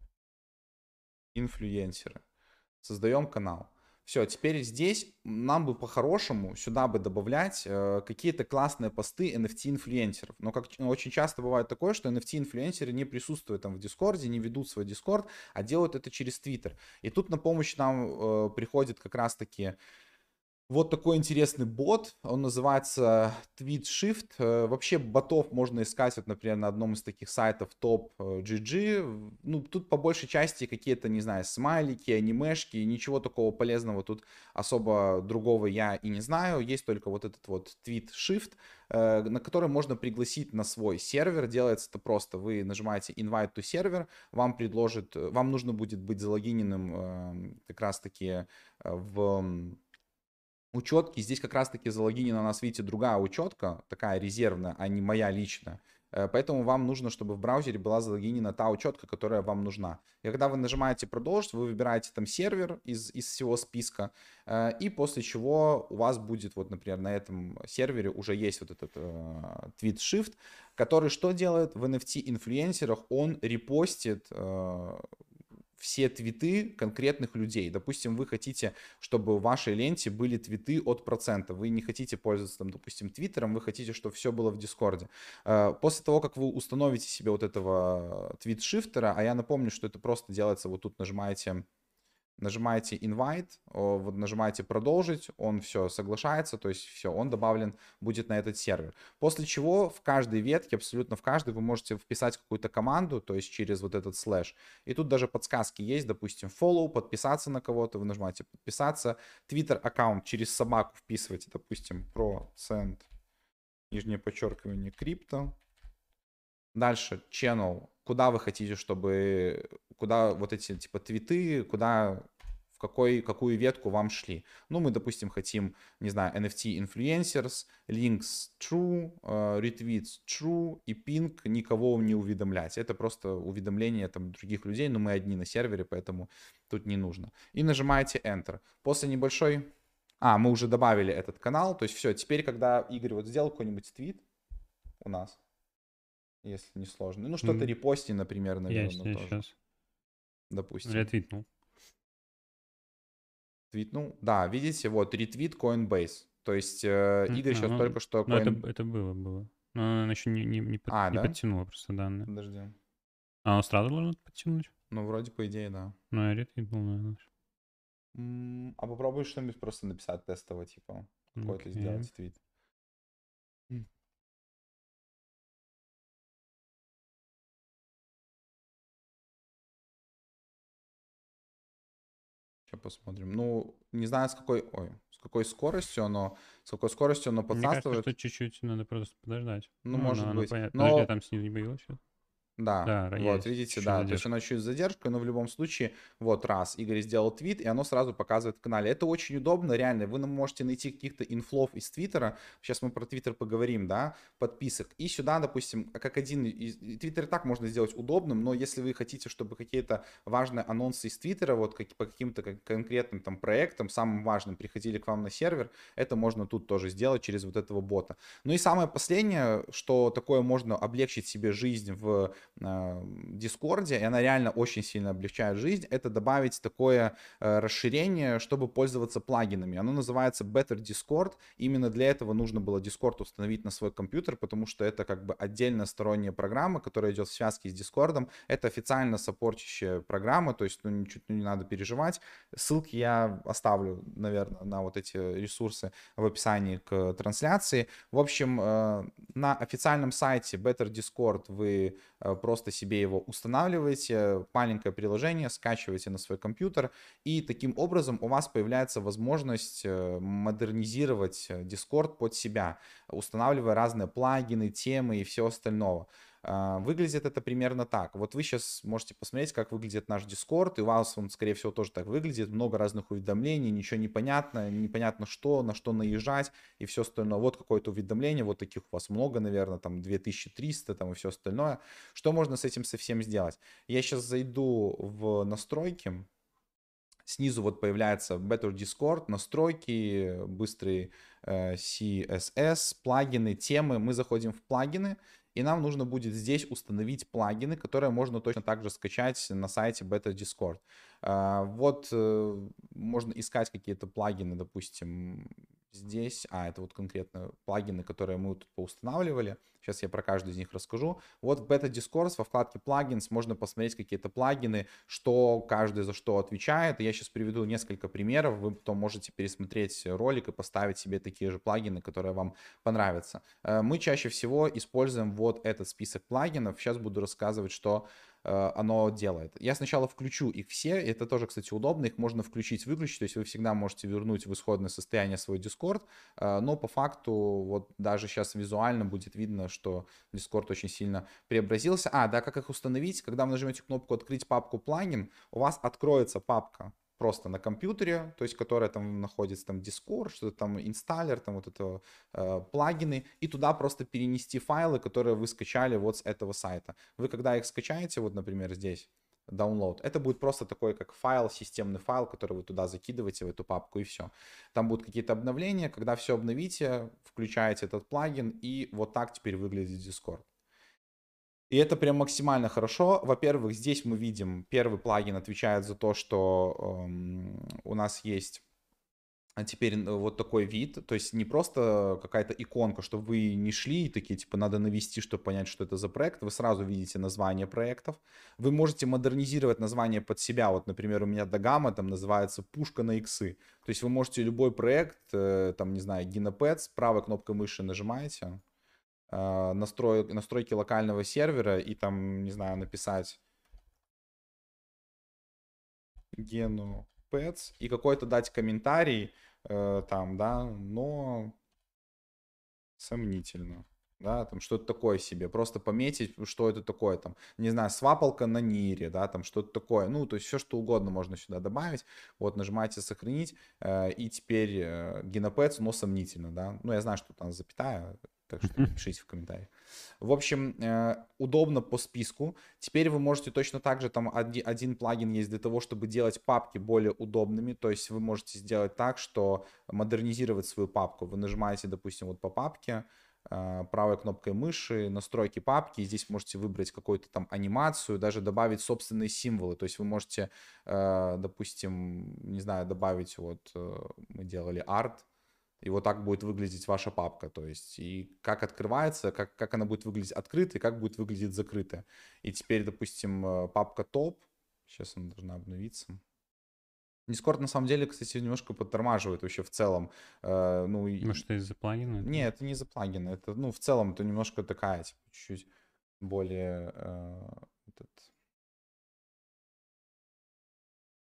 инфлюенсеры. Создаем канал. Все, теперь здесь нам бы по-хорошему сюда бы добавлять какие-то классные посты NFT-инфлюенсеров. Но как очень часто бывает такое, что NFT-инфлюенсеры не присутствуют там в Дискорде, не ведут свой Дискорд, а делают это через Твиттер. И тут на помощь нам приходит как раз-таки вот такой интересный бот, он называется TweetShift. Вообще ботов можно искать, вот, например, на одном из таких сайтов Top.gg. Ну, тут по большей части какие-то, не знаю, смайлики, анимешки, ничего такого полезного тут особо другого я и не знаю. Есть только вот этот вот TweetShift, на который можно пригласить на свой сервер. Делается это просто. Вы нажимаете Invite to Server, вам предложит, вам нужно будет быть залогиненным как раз-таки в учетки. Здесь как раз-таки залогинена у нас, видите, другая учетка, такая резервная, а не моя личная. Поэтому вам нужно, чтобы в браузере была залогинена та учетка, которая вам нужна. И когда вы нажимаете продолжить, вы выбираете там сервер из всего списка, и после чего у вас будет, вот, например, на этом сервере уже есть вот этот TweetShift, который что делает? В NFT-инфлюенсерах он репостит все твиты конкретных людей. Допустим, вы хотите, чтобы в вашей ленте были твиты от процента. Вы не хотите пользоваться, там, допустим, Твиттером, вы хотите, чтобы все было в Дискорде. После того, как вы установите себе вот этого твит-шифтера, а я напомню, что это просто делается, вот тут нажимаете invite, вот нажимаете продолжить, он все соглашается, то есть все, он добавлен будет на этот сервер. После чего в каждой ветке, абсолютно в каждой, вы можете вписать какую-то команду, то есть через вот этот слэш. И тут даже подсказки есть, допустим, follow, подписаться на кого-то, вы нажимаете подписаться, Twitter аккаунт через собаку вписываете, допустим, процент, нижнее подчеркивание, крипто. Дальше channel, куда вы хотите, чтобы, куда вот эти типа твиты, куда, какую ветку вам шли. Ну, мы, допустим, хотим, не знаю, NFT influencers, links true, retweets true и ping никого не уведомлять. Это просто уведомление там других людей, но мы одни на сервере, поэтому тут не нужно. И нажимаете enter. После небольшой... мы уже добавили этот канал, то есть все, теперь, когда Игорь вот сделал какой-нибудь твит у нас, если не сложно. Ну, что-то репости, например, наверное, я тоже. сейчас Допустим. ретвитнул. Твитнул. Да, видите, вот, ретвит Coinbase. То есть Игорь сейчас только что... Ну, это было. Но она еще не да? подтянула просто данные. Подожди. А он сразу должен подтянуть? Ну, вроде, по идее, да. Ну, я ретвитнул, наверное. А попробуй что-нибудь просто написать тестово, типа, какой-то сделать твит. Сейчас посмотрим. Ну, не знаю, с какой скоростью оно Мне кажется, подсасывает. что чуть-чуть надо просто подождать. Ну, может оно быть. понятно. Но... Подожди, а там снизу не появилось что-то? Да, Да, вот, есть видите, чуть-чуть да, то есть оно задержка. чуть с задержкой, но в любом случае, вот раз, Игорь сделал твит, и оно сразу показывает в канале. Это очень удобно, реально, вы можете найти каких-то инфлов из Твиттера, сейчас мы про Твиттер поговорим, да, подписок, и сюда, допустим, как один из... Твиттер и так можно сделать удобным, но если вы хотите, чтобы какие-то важные анонсы из Твиттера, вот по каким-то конкретным там проектам, самым важным, приходили к вам на сервер, это можно тут тоже сделать через вот этого бота. Ну и самое последнее, что такое можно облегчить себе жизнь в Дискорде, и она реально очень сильно облегчает жизнь, это добавить такое расширение, чтобы пользоваться плагинами. Оно называется Better Discord. Именно для этого нужно было Discord установить на свой компьютер, потому что это как бы отдельная сторонняя программа, которая идет в связке с Discord. Это официально саппортящая программа, то есть ну, ничего не надо переживать. Ссылки я оставлю, наверное, на вот эти ресурсы в описании к трансляции. В общем, на официальном сайте Better Discord вы просто себе его устанавливаете, маленькое приложение, скачиваете на свой компьютер, и таким образом у вас появляется возможность модернизировать Discord под себя, устанавливая разные плагины, темы и все остальное. Выглядит это примерно так. Вот вы сейчас можете посмотреть, как выглядит наш Discord, и у вас он, скорее всего, тоже так выглядит. Много разных уведомлений, ничего не понятно, непонятно что, на что наезжать и все остальное. Вот какое-то уведомление, вот таких у вас много, наверное, там 2300 там и все остальное. Что можно с этим совсем сделать? Я сейчас зайду в настройки. Снизу вот появляется Better Discord, настройки, быстрый CSS, плагины, темы. Мы заходим в плагины, и нам нужно будет здесь установить плагины, которые можно точно так же скачать на сайте Better Discord. Вот можно искать какие-то плагины, допустим, здесь. Это вот конкретно плагины, которые мы тут поустанавливали. Сейчас я про каждый из них расскажу. Вот в Beta Discourse во вкладке Plugins можно посмотреть какие-то плагины, что каждый за что отвечает. И я сейчас приведу несколько примеров. Вы потом можете пересмотреть ролик и поставить себе такие же плагины, которые вам понравятся. Мы чаще всего используем вот этот список плагинов. Сейчас буду рассказывать, что оно делает. Я сначала включу их все, это тоже, кстати, удобно, их можно включить-выключить, то есть вы всегда можете вернуть в исходное состояние свой Discord, но по факту вот даже сейчас визуально будет видно, что Discord очень сильно преобразился. Да, как их установить? Когда вы нажмете кнопку «Открыть папку плагин», у вас откроется папка просто на компьютере, то есть которая там находится, там Discord, что-то там инсталлер, там вот это плагины, и туда просто перенести файлы, которые вы скачали вот с этого сайта. Вы когда их скачаете, вот, например, здесь, download, это будет просто такой, как файл, системный файл, который вы туда закидываете, в эту папку, и все. Там будут какие-то обновления, когда все обновите, включаете этот плагин, и вот так теперь выглядит Discord. И это прям максимально хорошо. Во-первых, здесь мы видим, первый плагин отвечает за то, что у нас есть теперь вот такой вид, то есть не просто какая-то иконка, чтобы вы не шли и такие, типа, надо навести, чтобы понять, что это за проект, вы сразу видите название проектов, вы можете модернизировать название под себя, вот, например, у меня Дагама там называется «Пушка на иксы», то есть вы можете любой проект, там, не знаю, Гинопэдс, правой кнопкой мыши нажимаете, настройки локального сервера и там, не знаю, написать Гену Pets и какой-то дать комментарий там, да, но сомнительно. Да, там что-то такое себе, просто пометить, что это такое, там, не знаю, свапалка на Нире, да, там что-то такое, ну, то есть все, что угодно можно сюда добавить, вот, нажимаете сохранить, и теперь Генопэдс, но сомнительно, да, ну, я знаю, что там запятая, так что напишите в комментариях. В общем, удобно по списку. Теперь вы можете точно так же, там один плагин есть для того, чтобы делать папки более удобными. То есть вы можете сделать так, что модернизировать свою папку. Вы нажимаете, допустим, вот по папке, правой кнопкой мыши, настройки папки, и здесь можете выбрать какую-то там анимацию, даже добавить собственные символы. То есть вы можете, допустим, не знаю, добавить, вот мы делали арт, и вот так будет выглядеть ваша папка, то есть и как открывается, как она будет выглядеть открытой, как будет выглядеть закрытая. И теперь, допустим, папка топ, сейчас она должна обновиться. Discord на самом деле, кстати, немножко подтормаживает вообще в целом. Ну, Может, это из-за плагина? не, это не из-за плагина, это, ну, в целом, это немножко такая, типа, чуть-чуть более этот,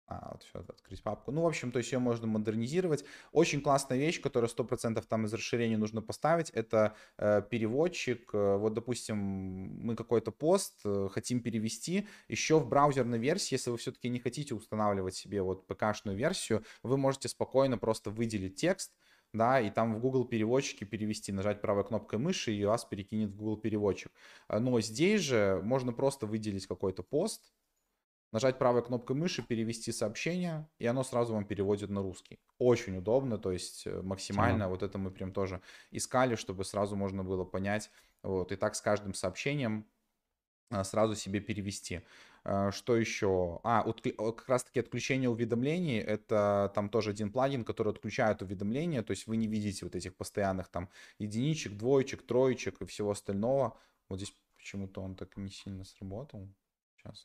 Вот все, открыть папку. Ну, в общем, то есть ее можно модернизировать. Очень классная вещь, которая 100% там из расширений нужно поставить, это переводчик. Вот, допустим, мы какой-то пост хотим перевести. Еще в браузерной версии, если вы все-таки не хотите устанавливать себе вот ПК-шную версию, вы можете спокойно просто выделить текст, да, и там в Google переводчике перевести, нажать правой кнопкой мыши, и вас перекинет в Google переводчик. Но здесь же можно просто выделить какой-то пост, нажать правой кнопкой мыши, перевести сообщение, и оно сразу вам переводит на русский. Очень удобно, то есть Ага. максимально, вот это мы прям тоже искали, чтобы сразу можно было понять, вот, и так с каждым сообщением сразу себе перевести. Что еще? Как раз таки отключение уведомлений, это там тоже один плагин, который отключает уведомления, то есть вы не видите вот этих постоянных там единичек, двоечек, троечек и всего остального. Вот здесь почему-то он так не сильно сработал. Сейчас.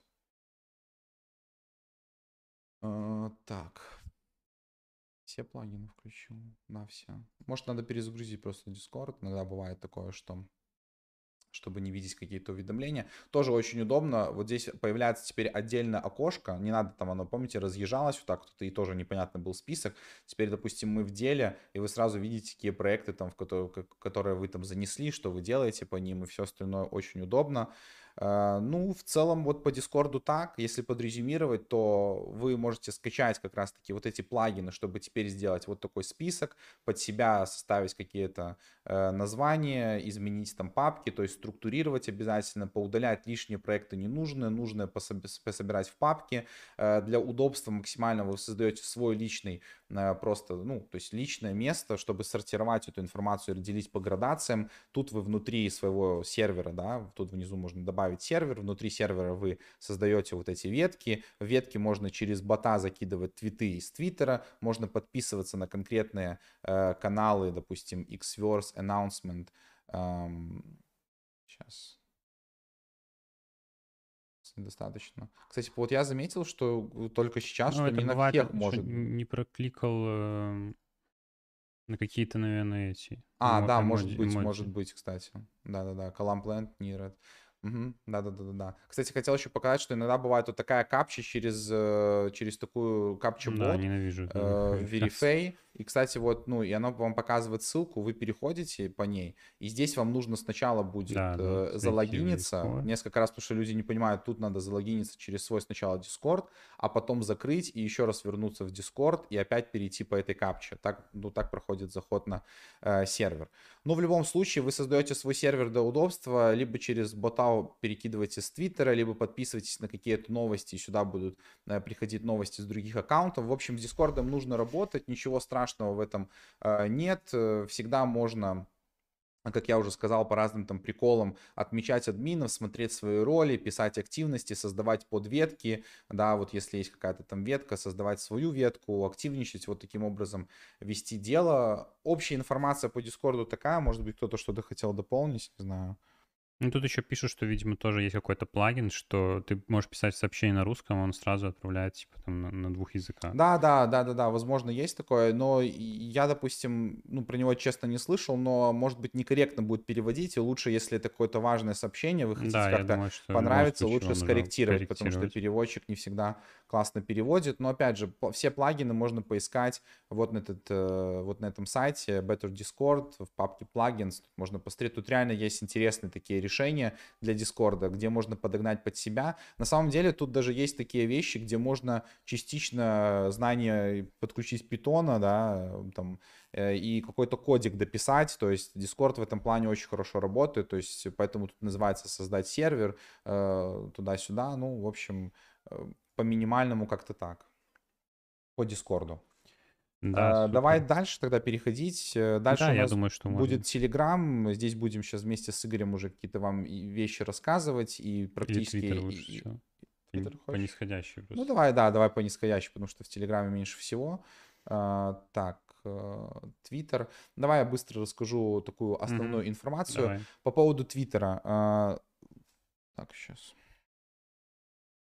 Так, все плагины включил. Да, все. Может, надо перезагрузить просто Discord. Иногда бывает такое, что чтобы не видеть какие-то уведомления. Тоже очень удобно. Вот здесь появляется теперь отдельное окошко. Не надо там оно, помните, разъезжалось вот так вот, и тоже непонятно был список. Теперь, допустим, мы в деле, и вы сразу видите, какие проекты там, которые вы там занесли, что вы делаете по ним, и все остальное очень удобно. Ну, в целом, вот по Дискорду так. Если подрезюмировать, то вы можете скачать как раз-таки вот эти плагины, чтобы теперь сделать вот такой список, под себя составить какие-то названия, изменить там папки, то есть структурировать обязательно, поудалять лишние проекты ненужные, нужное пособирать в папке. Для удобства максимально вы создаете свой личный просто, ну, то есть личное место, чтобы сортировать эту информацию и разделить по градациям. Тут вы внутри своего сервера, да, тут внизу можно добавить сервер, внутри сервера вы создаете вот эти ветки. В ветки можно через бота закидывать твиты из Твиттера, можно подписываться на конкретные каналы, допустим, Xverse, Announcement. Сейчас. Недостаточно. Кстати, вот я заметил, что только сейчас, Ну, что это не на бывает, всех что может быть. не прокликал на какие-то, наверное, эти Да, может эмодзи. быть, кстати. Да-да-да, Column Plant, Near. Мгм. Да-да-да-да-да. Кстати, хотел еще показать, что иногда бывает вот такая капча через такую Да, капча-бот, ненавижу это прекрасно. Verify. И, кстати, вот, ну, и она вам показывает ссылку, вы переходите по ней, и здесь вам нужно сначала будет Да, да, зайти в залогиниться, Discord. несколько раз, потому что люди не понимают, тут надо залогиниться через свой сначала Discord, а потом закрыть и еще раз вернуться в Discord и опять перейти по этой капче. Так, ну, так проходит заход на сервер. Но в любом случае вы создаете свой сервер для удобства, либо через бота перекидываете с Твиттера, либо подписывайтесь на какие-то новости, и сюда будут приходить новости с других аккаунтов. В общем, с Дискордом нужно работать, ничего страшного в этом нет. Всегда можно, как я уже сказал, по разным там приколам отмечать админов, смотреть свои роли, писать активности, создавать подветки, да, вот если есть какая-то там ветка, создавать свою ветку, активничать, вот таким образом вести дело. Общая информация по Дискорду такая, может быть, кто-то что-то хотел дополнить, не знаю. Ну, тут еще пишут, что, видимо, тоже есть какой-то плагин, что ты можешь писать сообщение на русском, он сразу отправляет, типа, там, на двух языках. Да, возможно, есть такое, но я, допустим, ну, про него честно не слышал, но, может быть, некорректно будет переводить, и лучше, если это какое-то важное сообщение, вы хотите Да, я как-то думаю, что в любом понравиться, случае лучше его нужно скорректировать, потому что корректировать. переводчик не всегда классно переводит, но, опять же, все плагины можно поискать вот на этом сайте Better Discord, в папке плагинс, тут можно посмотреть, тут реально есть интересные такие решения для Discord, где можно подогнать под себя. На самом деле, тут даже есть такие вещи, где можно частично знания подключить питона, да, там, и какой-то кодик дописать, то есть Discord в этом плане очень хорошо работает, то есть поэтому тут называется создать сервер, туда-сюда, ну, в общем, по минимальному как-то так, по Дискорду. Да, Давай супер. дальше тогда переходить. Дальше Да, у я нас думаю, что будет можно. Telegram. Здесь будем сейчас вместе с Игорем уже какие-то вам вещи рассказывать и Или практически Твиттер лучше всего. Twitter По хочешь? нисходящей Ну, просто. давай, да, давай по нисходящей, потому что в Телеграме меньше всего. Так, Твиттер. Давай я быстро расскажу такую Мгм. основную информацию Давай. по поводу Твиттера. Так, сейчас.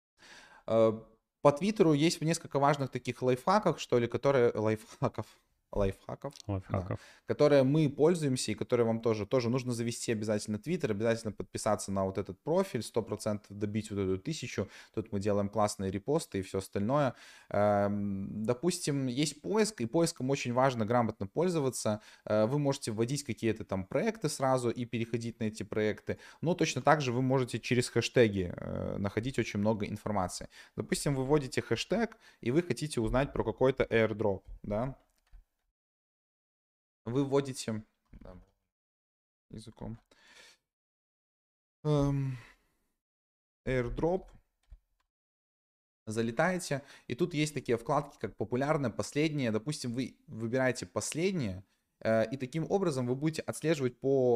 По Твиттеру есть несколько важных таких лайфхаков, что ли, которые... Лайфхаков. лайфхаков, да, Лайфхаков. которые мы пользуемся и которые вам тоже нужно завести обязательно Twitter, обязательно подписаться на вот этот профиль, 100% добить вот эту 1000, тут мы делаем классные репосты и все остальное. Допустим, есть поиск, и поиском очень важно грамотно пользоваться. Вы можете вводить какие-то там проекты сразу и переходить на эти проекты, но точно так же вы можете через хэштеги находить очень много информации. Допустим, вы вводите хэштег, и вы хотите узнать про какой-то airdrop, да, вы вводите, да, языком, airdrop, залетаете, и тут есть такие вкладки, как популярное, последнее. Допустим, вы выбираете последнее, и таким образом вы будете отслеживать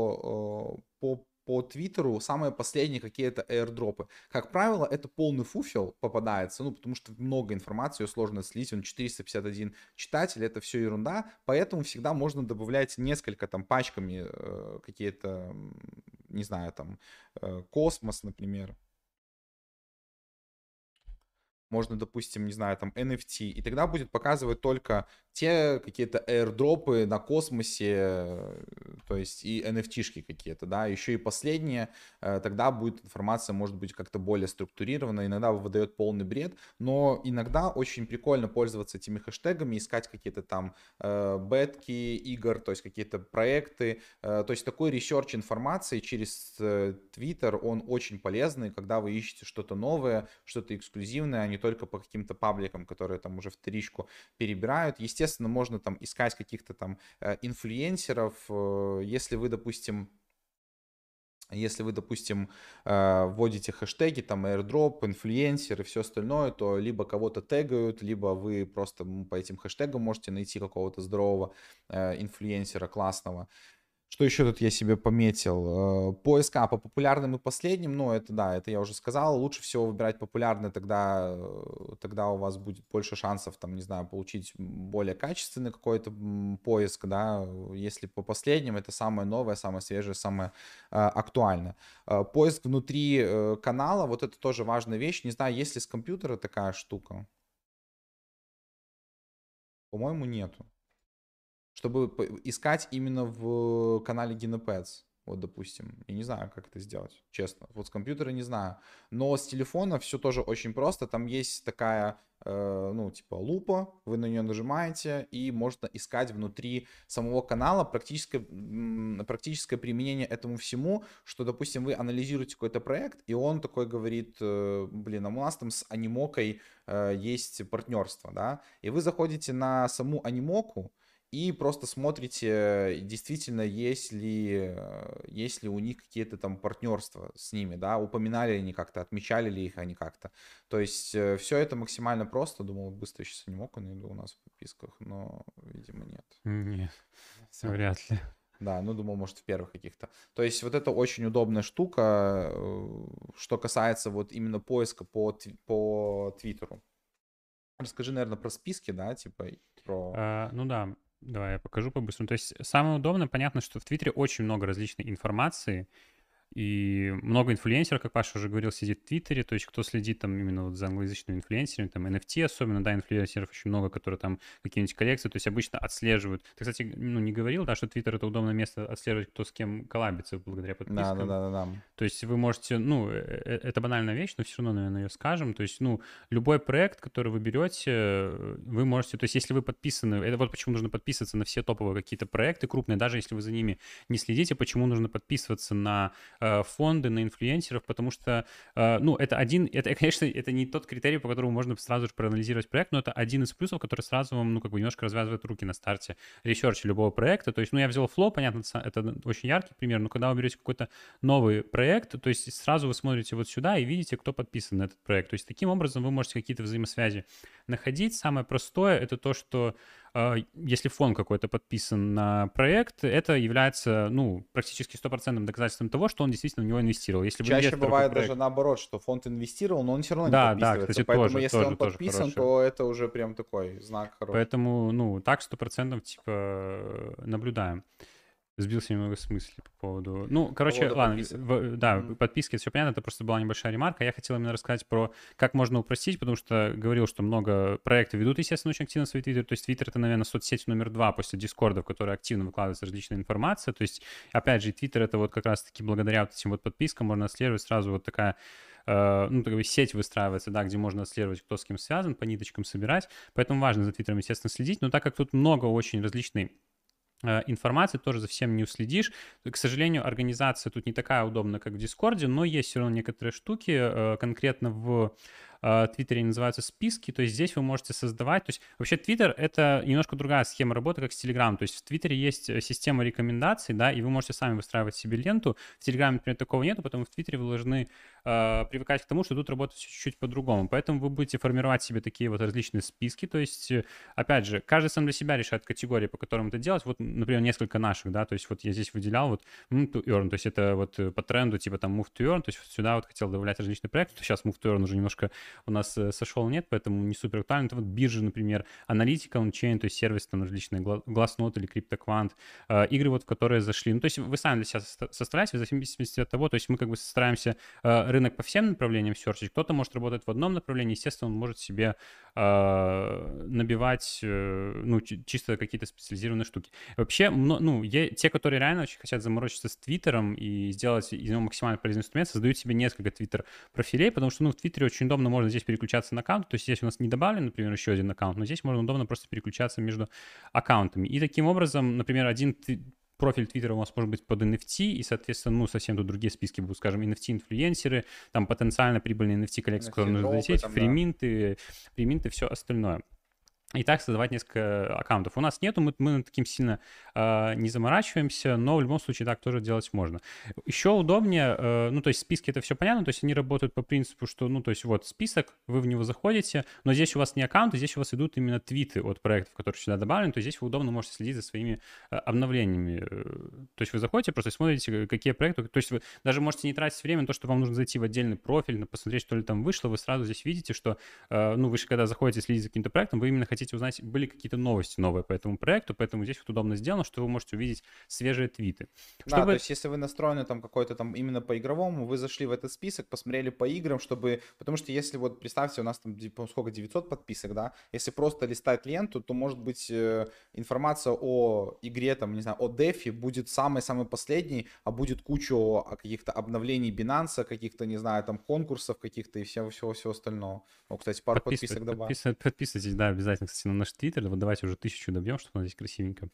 по Твиттеру самые последние какие-то airdropы. Как правило, это полный фуфел попадается, ну, потому что много информации, ее сложно слить, он 451 читатель, это все ерунда, поэтому всегда можно добавлять несколько там пачками какие-то, не знаю, там, космос, например. Можно, допустим, не знаю, там NFT, и тогда будет показывать только те какие-то airdropы на космосе, то есть и NFT-шки какие-то, да, еще и последнее, тогда будет информация, может быть, как-то более структурирована, иногда выдает полный бред, но иногда очень прикольно пользоваться этими хэштегами, искать какие-то там бетки игр, то есть какие-то проекты, то есть такой ресерч информации через Twitter, он очень полезный, когда вы ищете что-то новое, что-то эксклюзивное, а не только по каким-то пабликам, которые там уже вторичку перебирают. Естественно, можно там искать каких-то там инфлюенсеров, если вы, допустим, вводите хэштеги, там, airdrop, инфлюенсер и все остальное, то либо кого-то тегают, либо вы просто по этим хэштегам можете найти какого-то здорового инфлюенсера классного. Что еще тут я себе пометил? Поиска по популярным и последним, ну, это да, это я уже сказал. Лучше всего выбирать популярные, тогда у вас будет больше шансов, там, не знаю, получить более качественный какой-то поиск, да. Если по последним, это самое новое, самое свежее, самое актуальное. Поиск внутри канала, вот это тоже важная вещь. Не знаю, есть ли с компьютера такая штука? По-моему, нету. Чтобы искать именно в канале Genopets. Вот, допустим. Я не знаю, как это сделать, честно. Вот с компьютера не знаю. Но с телефона все тоже очень просто. Там есть такая, ну, типа лупа. Вы на нее нажимаете, и можно искать внутри самого канала практическое применение этому всему, что, допустим, вы анализируете какой-то проект, и он такой говорит, блин, а у нас там с Анимокой есть партнерство, да, и вы заходите на саму Анимоку, и просто смотрите, действительно, есть ли у них какие-то там партнерства с ними, да, упоминали ли они как-то, отмечали ли их они как-то. То есть все это максимально просто. Думал, быстро сейчас не мог найду у нас в подписках, но, видимо, нет. Нет, вряд ли. Да, ну, думал, может, в первых каких-то. То есть вот это очень удобная штука, что касается вот именно поиска по Твиттеру. Расскажи, наверное, про списки, да, типа про... Ну да, давай я покажу по-быстрому. То есть самое удобное, понятно, что в Твиттере очень много различной информации, и много инфлюенсеров, как Паша уже говорил, сидит в Твиттере, то есть кто следит там именно вот за англоязычными инфлюенсерами, там NFT особенно, да, инфлюенсеров очень много, которые там какие-нибудь коллекции, то есть обычно отслеживают. Ты, кстати, ну, не говорил, да, что Твиттер — это удобное место отслеживать, кто с кем коллабится благодаря Да, подпискам. да. То есть вы можете, ну, это банальная вещь, но все равно, наверное, ее скажем. То есть, ну, любой проект, который вы берете, вы можете, то есть если вы подписаны, это вот почему нужно подписываться на все топовые какие-то проекты крупные, даже если вы за ними не следите, почему нужно подписываться на фонды, на инфлюенсеров, потому что, ну, это, конечно, это не тот критерий, по которому можно сразу же проанализировать проект, но это один из плюсов, который сразу вам, ну, как бы немножко развязывает руки на старте ресерча любого проекта. То есть, ну, я взял Flow, понятно, это очень яркий пример, но когда вы берете какой-то новый проект, то есть сразу вы смотрите вот сюда и видите, кто подписан на этот проект. То есть таким образом вы можете какие-то взаимосвязи находить. Самое простое — это то, что если фонд какой-то подписан на проект, это является, ну, практически 100% доказательством того, что он действительно в него инвестировал. Если вы Чаще инвестор в бывает проект... даже наоборот, что фонд инвестировал, но он все равно не Да, да, подписывается. кстати, Поэтому если он тоже подписан, хорошее. то это уже прям такой знак хороший. Поэтому, ну, так 100% типа наблюдаем. Сбился немного с мысли по поводу... Ну, По короче, поводу ладно, подписок. да, Мгм. подписки, это все понятно, это просто была небольшая ремарка. Я хотел именно рассказать про, как можно упростить, потому что говорил, что много проектов ведут, естественно, очень активно свой Твиттер. То есть Твиттер — это, наверное, соцсеть номер 2 после Дискорда, в которой активно выкладывается различная информация. То есть, опять же, Твиттер — это вот как раз-таки благодаря вот этим вот подпискам можно отслеживать сразу вот такая ну, такая сеть выстраивается, да, где можно отслеживать, кто с кем связан, по ниточкам собирать. Поэтому важно за Твиттером, естественно, следить. Но так как тут много очень различной информации, тоже за всем не уследишь. К сожалению, организация тут не такая удобная, как в Дискорде, но есть все равно некоторые штуки, конкретно в Твиттере они называются списки, то есть здесь вы можете создавать, то есть вообще Твиттер — это немножко другая схема работы, как с Телеграм, то есть в Твиттере есть система рекомендаций, да, и вы можете сами выстраивать себе ленту. В Телеграме, например, такого нету, потому в Твиттере вы должны привыкать к тому, что тут работает все чуть-чуть по-другому, поэтому вы будете формировать себе такие вот различные списки, то есть опять же, каждый сам для себя решает категории, по которым это делать. Вот, например, несколько наших, да, то есть вот я здесь выделял вот Move to Earn, то есть это вот по тренду типа там Move to Earn, то есть вот сюда вот хотел добавлять различные проекты. Сейчас Move to Earn уже немножко у нас сошел нет, поэтому не супер актуально. Это вот биржи, например, аналитика, ончейн, то есть сервис там различные, Glassnode или CryptoQuant, игры вот, в которые зашли. Ну, то есть вы сами для себя составляете, в зависимости от того, то есть мы как бы стараемся рынок по всем направлениям серчить. Кто-то может работать в одном направлении, естественно, он может себе набивать, ну, чисто какие-то специализированные штуки. Вообще, ну, те, которые реально очень хотят заморочиться с Твиттером и сделать из него максимально полезный инструмент, создают себе несколько Твиттер-профилей, потому что, ну, в Твиттере очень удобно, можно здесь переключаться на аккаунт, то есть здесь у нас не добавлен, например, еще один аккаунт, но здесь можно удобно просто переключаться между аккаунтами. И таким образом, например, один профиль Твиттера у вас может быть под NFT, и, соответственно, ну, совсем тут другие списки будут, скажем, NFT-инфлюенсеры, там потенциально прибыльные NFT-коллекции, которые нужно NFT-дропы залететь, там, да. фриминты, все остальное. И так создавать несколько аккаунтов. У нас нету, мы таким сильно не заморачиваемся, но в любом случае так тоже делать можно. Еще удобнее, ну, то есть списки — это все понятно, то есть они работают по принципу, что, ну, то есть вот список, вы в него заходите, но здесь у вас не аккаунты, здесь у вас идут именно твиты от проектов, которые сюда добавлены, то есть здесь вы удобно можете следить за своими обновлениями. То есть вы заходите, просто смотрите, какие проекты, то есть вы даже можете не тратить время на то, что вам нужно зайти в отдельный профиль, посмотреть, что ли там вышло, вы сразу здесь видите, что, ну, вы же когда заходите следить за каким-то проектом, вы именно хотите узнать, были какие-то новости новые по этому проекту, поэтому здесь вот удобно сделано, что вы можете увидеть свежие твиты. Да, то Чтобы... есть если вы настроены там какой-то там именно по игровому, вы зашли в этот список, посмотрели по играм, чтобы... Потому что если вот, представьте, у нас там сколько, 900 подписок, да? Если просто листать ленту, то, может быть, информация о игре, там, не знаю, о дефе будет самой-самой последней, а будет кучу каких-то обновлений Binance, каких-то, не знаю, там, конкурсов каких-то и всего остального. О, кстати, пару подписок добавил. Подписывайтесь, да, обязательно, кстати, на наш твиттер. Вот давайте уже 1000 добьем, чтобы у нас здесь красивенько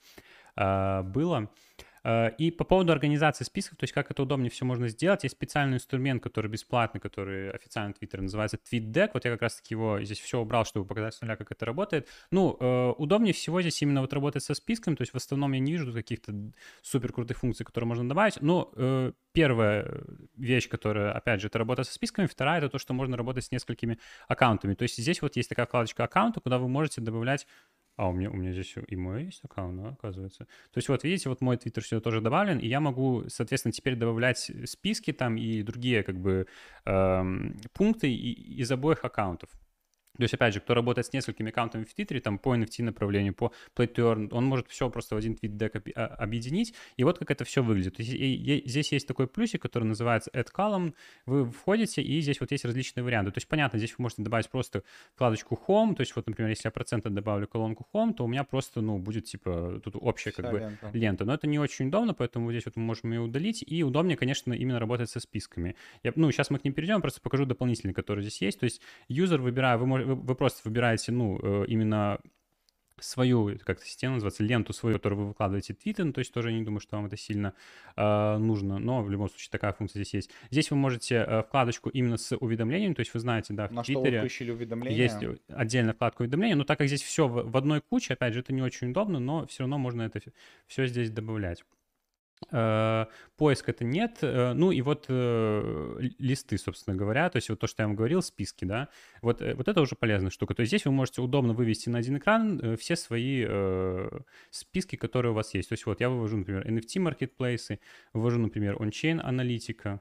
было. И по поводу организации списков, то есть как это удобнее все можно сделать, есть специальный инструмент, который бесплатный, который официально Twitter называется TweetDeck. Вот я как раз-таки его здесь все убрал, чтобы показать с нуля, как это работает. Ну, удобнее всего здесь именно вот работать со списком, то есть в основном я не вижу каких-то супер крутых функций, которые можно добавить. Но первая вещь, которая, опять же, это работа со списками, вторая — это то, что можно работать с несколькими аккаунтами. То есть здесь вот есть такая вкладочка аккаунта, куда вы можете добавлять. У меня здесь и мой есть аккаунт, да, оказывается. То есть вот видите, вот мой твиттер сюда тоже добавлен, и я могу, соответственно, теперь добавлять списки там и другие как бы пункты из обоих аккаунтов. То есть, опять же, кто работает с несколькими аккаунтами в Твиттере, там по NFT направлению, по Play to Earn, он может все просто в один твит-дек объединить. И вот как это все выглядит. То есть, здесь есть такой плюсик, который называется Add Column. Вы входите, и здесь вот есть различные варианты. То есть, понятно, здесь вы можете добавить просто вкладочку Home. То есть, вот, например, если я проценты добавлю колонку Home, то у меня просто, ну, будет, типа, тут общая как Вся бы лента. лента. Но это не очень удобно, поэтому здесь вот мы можем ее удалить. И удобнее, конечно, именно работать со списками. Ну, сейчас мы к ним перейдем, просто покажу дополнительные, которые здесь есть. То есть, юзер выбирая, вы просто выбираете, ну, именно свою, как эта система называется, ленту свою, которую вы выкладываете твиты, ну, то есть тоже не думаю, что вам это сильно нужно, но в любом случае такая функция здесь есть. Здесь вы можете вкладочку именно с уведомлениями, то есть вы знаете, да, в На что вы Твиттере включили есть уведомления? отдельная вкладка уведомления, но так как здесь все в одной куче, опять же, это не очень удобно, но все равно можно это все здесь добавлять. Поиск — это нет. Ну и вот листы, собственно говоря, то есть вот то, что я вам говорил, списки, да, вот это уже полезная штука. То есть здесь вы можете удобно вывести на один экран все свои списки, которые у вас есть. То есть вот я вывожу, например, NFT-маркетплейсы, вывожу, например, ончейн аналитика,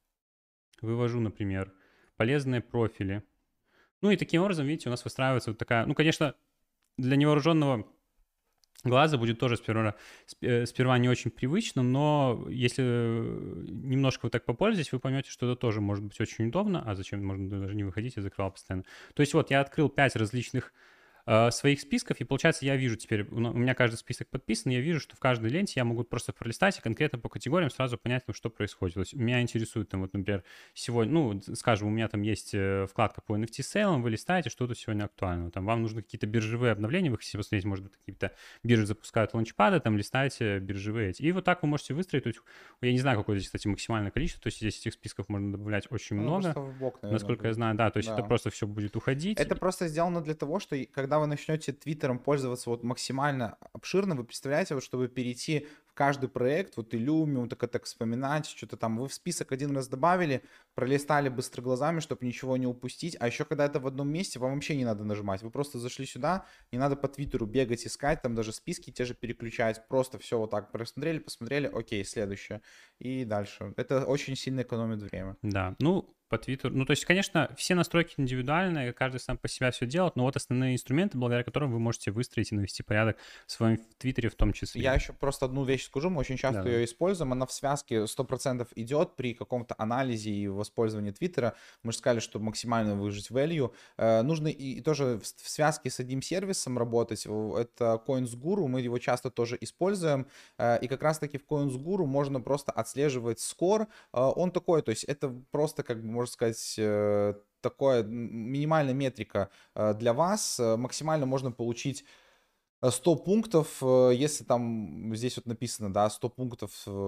вывожу, например, полезные профили. Ну и таким образом, видите, у нас выстраивается вот такая, ну, конечно, для невооруженного глаза будет тоже сперва не очень привычно, но если немножко вы так попользуетесь, вы поймете, что это тоже может быть очень удобно. А зачем? Можно даже не выходить, я закрывал постоянно. То есть вот я открыл 5 различных своих списков, и получается, я вижу теперь, у меня каждый список подписан, я вижу, что в каждой ленте я могу просто пролистать и конкретно по категориям сразу понять, что происходит. То есть меня интересует там, вот, например, сегодня, ну, скажем, у меня там есть вкладка по NFT сейлам, вы листаете, что тут сегодня актуально. Там вам нужны какие-то биржевые обновления, вы хотите посмотреть, может быть, какие-то биржи запускают лаунчпады, там листаете биржевые эти. И вот так вы можете выстроить, то есть, я не знаю, какое здесь, кстати, максимальное количество, то есть здесь этих списков можно добавлять очень Ну, много, просто в бок, наверное, насколько я будет. знаю, да, то есть это Да. просто все будет уходить. Это просто сделано для того, что когда вы начнете Твиттером пользоваться вот максимально обширно, вы представляете, вот чтобы перейти в каждый проект, вот Illumium, так вспоминать, что-то там, вы в список один раз добавили, пролистали быстро глазами, чтобы ничего не упустить, а еще когда это в одном месте, вам вообще не надо нажимать, вы просто зашли сюда, не надо по Твиттеру бегать, искать, там даже списки те же переключать, просто все вот так посмотрели, окей, следующее, и дальше. Это очень сильно экономит время. Да, ну, по Твиттеру. Ну, то есть, конечно, все настройки индивидуальные, каждый сам по себе все делает, но вот основные инструменты, благодаря которым вы можете выстроить и навести порядок в своем Твиттере в том числе. Я еще просто одну вещь скажу, мы очень часто Да. ее используем, она в связке 100% идет при каком-то анализе и воспользовании Твиттера. Мы же сказали, что максимально выжить value. Нужно и тоже в связке с одним сервисом работать, это CoinsGuru, мы его часто тоже используем, и как раз-таки в CoinsGuru можно просто отслеживать скор, он такой, то есть это просто, как бы, можно сказать, такое минимальная метрика для вас, максимально можно получить 100 пунктов, если там здесь вот написано, да, 100 пунктов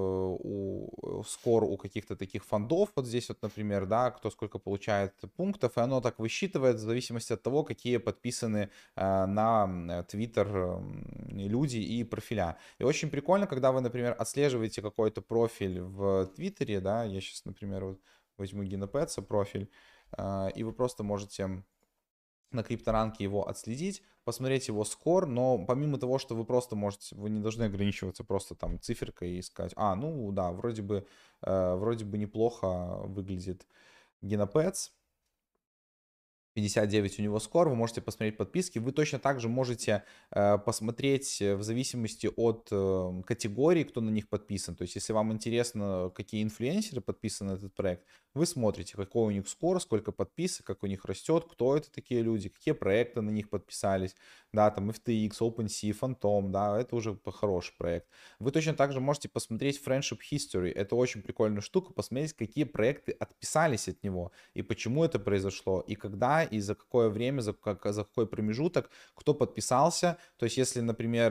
скор у каких-то таких фондов, вот здесь вот, например, да, кто сколько получает пунктов, и оно так высчитывает в зависимости от того, какие подписаны на Twitter люди и профиля. И очень прикольно, когда вы, например, отслеживаете какой-то профиль в Твиттере, да, я сейчас, например, вот возьму Гинопетса профиль, и вы просто можете на крипторанке его отследить, посмотреть его скор, но помимо того, что вы просто можете, вы не должны ограничиваться просто там циферкой и сказать, ну да, вроде бы неплохо выглядит Генопэдс, 59 у него скор, вы можете посмотреть подписки. Вы точно так же можете посмотреть в зависимости от категории, кто на них подписан. То есть, если вам интересно, какие инфлюенсеры подписаны на этот проект, вы смотрите, какой у них скор, сколько подписок, как у них растет, кто это такие люди, какие проекты на них подписались. Да, там FTX, OpenSea, Phantom, да, это уже хороший проект. Вы точно так же можете посмотреть Friendship History. Это очень прикольная штука, посмотреть, какие проекты отписались от него, и почему это произошло, и когда, и за какое время, за какой промежуток, кто подписался. То есть, если, например,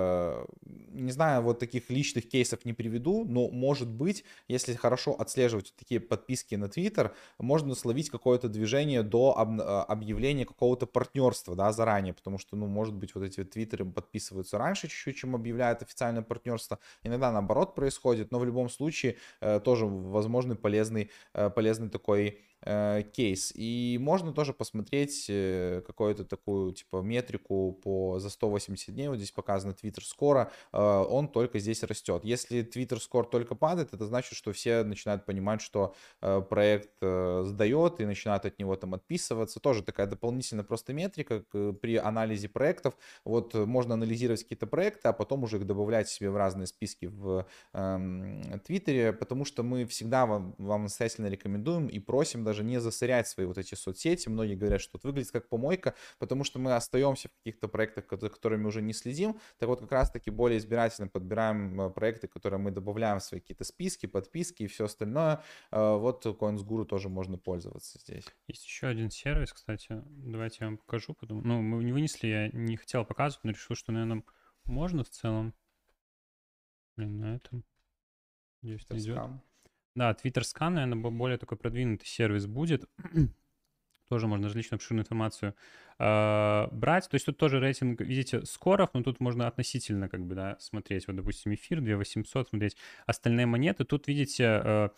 не знаю, вот таких личных кейсов не приведу, но может быть, если хорошо отслеживать такие подписки на Twitter, можно словить какое-то движение до объявления какого-то партнерства, да, заранее, потому что, ну, может быть, вот эти твиттеры подписываются раньше чуть-чуть, чем объявляют официальное партнерство. Иногда наоборот происходит, но в любом случае тоже возможный полезный такой кейс. И можно тоже посмотреть какую-то такую типа метрику за 180 дней. Вот здесь показано Twitter скоро. Он только здесь растет. Если Twitter скор только падает, это значит, что все начинают понимать, что проект сдает и начинают от него там отписываться. Тоже такая дополнительная просто метрика при анализе проектов. Вот можно анализировать какие-то проекты, а потом уже их добавлять себе в разные списки в Твиттере, потому что мы всегда вам настоятельно рекомендуем и просим даже не засорять свои вот эти соцсети. Многие говорят, что это выглядит как помойка, потому что мы остаемся в каких-то проектах, за которыми уже не следим. Так вот, как раз-таки более избирательно подбираем проекты, которые мы добавляем в свои какие-то списки, подписки и все остальное. Вот CoinsGuru тоже можно пользоваться здесь. Есть еще один сервис, кстати. Давайте я вам покажу. Ну, мы не вынесли, я не хотел показывать, но решил, что, наверное, можно в целом. Блин, на этом. Здесь не идет. Да, Twitter Scan, наверное, более такой продвинутый сервис будет. Тоже можно различную обширную информацию брать. То есть тут тоже рейтинг, видите, скоров, но тут можно относительно как бы, да, смотреть. Вот, допустим, эфир 2800 смотреть. Остальные монеты. Тут, видите,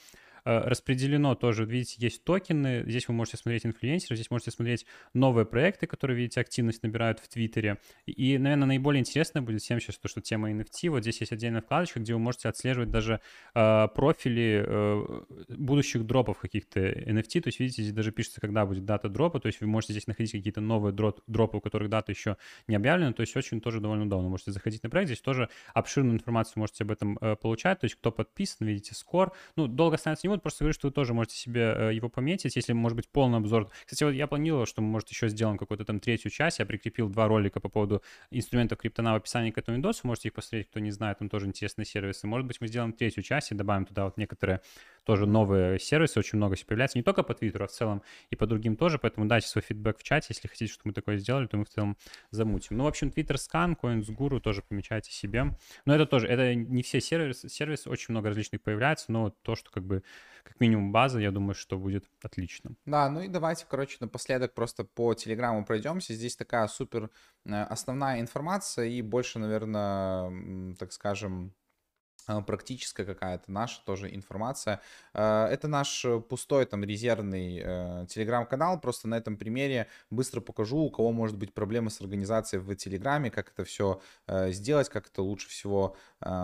Распределено тоже, видите, есть токены, здесь вы можете смотреть инфлюенсеров, здесь можете смотреть новые проекты, которые, видите, активность набирают в Твиттере. И, наверное, наиболее интересно будет всем сейчас то, что тема NFT. Вот здесь есть отдельная вкладочка, где вы можете отслеживать даже профили будущих дропов каких-то NFT. То есть, видите, здесь даже пишется, когда будет дата дропа. То есть вы можете здесь находить какие-то новые дропы, у которых дата еще не объявлена. То есть очень тоже довольно удобно. Можете заходить на проект. Здесь тоже обширную информацию можете об этом получать. То есть кто подписан, видите скор. Ну, долго останется не буду, просто говорю, что вы тоже можете себе его пометить, если, может быть, полный обзор. Кстати, вот я планировал, что мы, может, еще сделаем какую-то там третью часть. Я прикрепил 2 ролика по поводу инструментов криптона в описании к этому видосу. Можете их посмотреть, кто не знает, там тоже интересные сервисы. Может быть, мы сделаем третью часть и добавим туда вот некоторые тоже новые сервисы, очень много всего появляется, не только по Твиттеру, а в целом и по другим тоже, поэтому дайте свой фидбэк в чате, если хотите, чтобы мы такое сделали, то мы в целом замутим. Ну, в общем, Twitter Scan, CoinsGuru тоже помечайте себе. Но это тоже, это не все сервисы, очень много различных появляется, но то, что как бы как минимум база, я думаю, что будет отлично. Да, ну и давайте, короче, напоследок просто по Телеграму пройдемся. Здесь такая супер основная информация и больше, наверное, так скажем, практическая какая-то наша тоже информация. Это наш пустой там резервный телеграм-канал. Просто на этом примере быстро покажу, у кого может быть проблемы с организацией в Телеграме, как это все сделать, как это лучше всего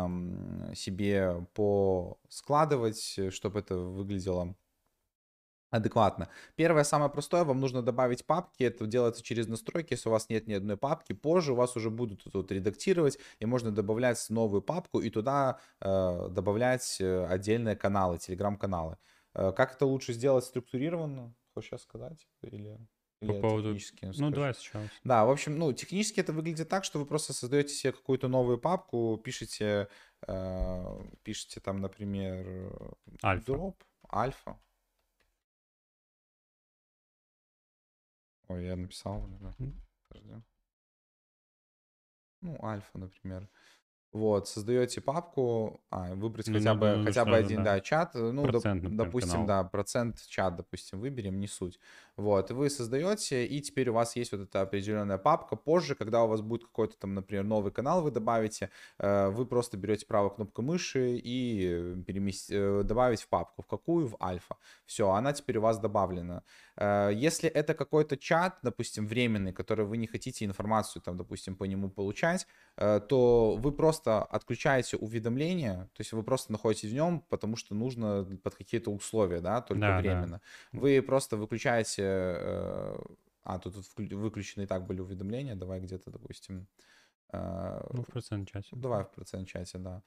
себе поскладывать, чтобы это выглядело адекватно. Первое, самое простое, вам нужно добавить папки, это делается через настройки, если у вас нет ни одной папки, позже у вас уже будут тут редактировать, и можно добавлять новую папку и туда добавлять отдельные каналы, телеграм-каналы. Как это лучше сделать структурированно? Хочешь сейчас сказать? По Или поводу... технически Ну, скажешь? давай сейчас. Да, в общем, ну, технически это выглядит так, что вы просто создаете себе какую-то новую папку, пишете там, например, Альфа. drop, альфа. Ой, я написал, да. Подожди. Ну, альфа, например. Вот, создаете папку, выбрать Ну, хотя бы, хотя бы что-то, один, да. да, чат, ну, Процент, например, допустим, канал. да, процент чат, допустим, выберем, не суть. Вот, и вы создаете, и теперь у вас есть вот эта определенная папка. Позже, когда у вас будет какой-то там, например, новый канал вы добавите, вы просто берете правой кнопкой мыши и добавить в папку. В какую? В альфа. Все, она теперь у вас добавлена. Если это какой-то чат, допустим, временный, который вы не хотите информацию, там, допустим, по нему получать, то вы просто отключаете уведомления, то есть вы просто находитесь в нем, потому что нужно под какие-то условия, да, только Да, временно. да. Вы просто выключаете, тут выключены и так были уведомления, давай где-то, допустим, Ну, в процент чате. давай в процент чате, да.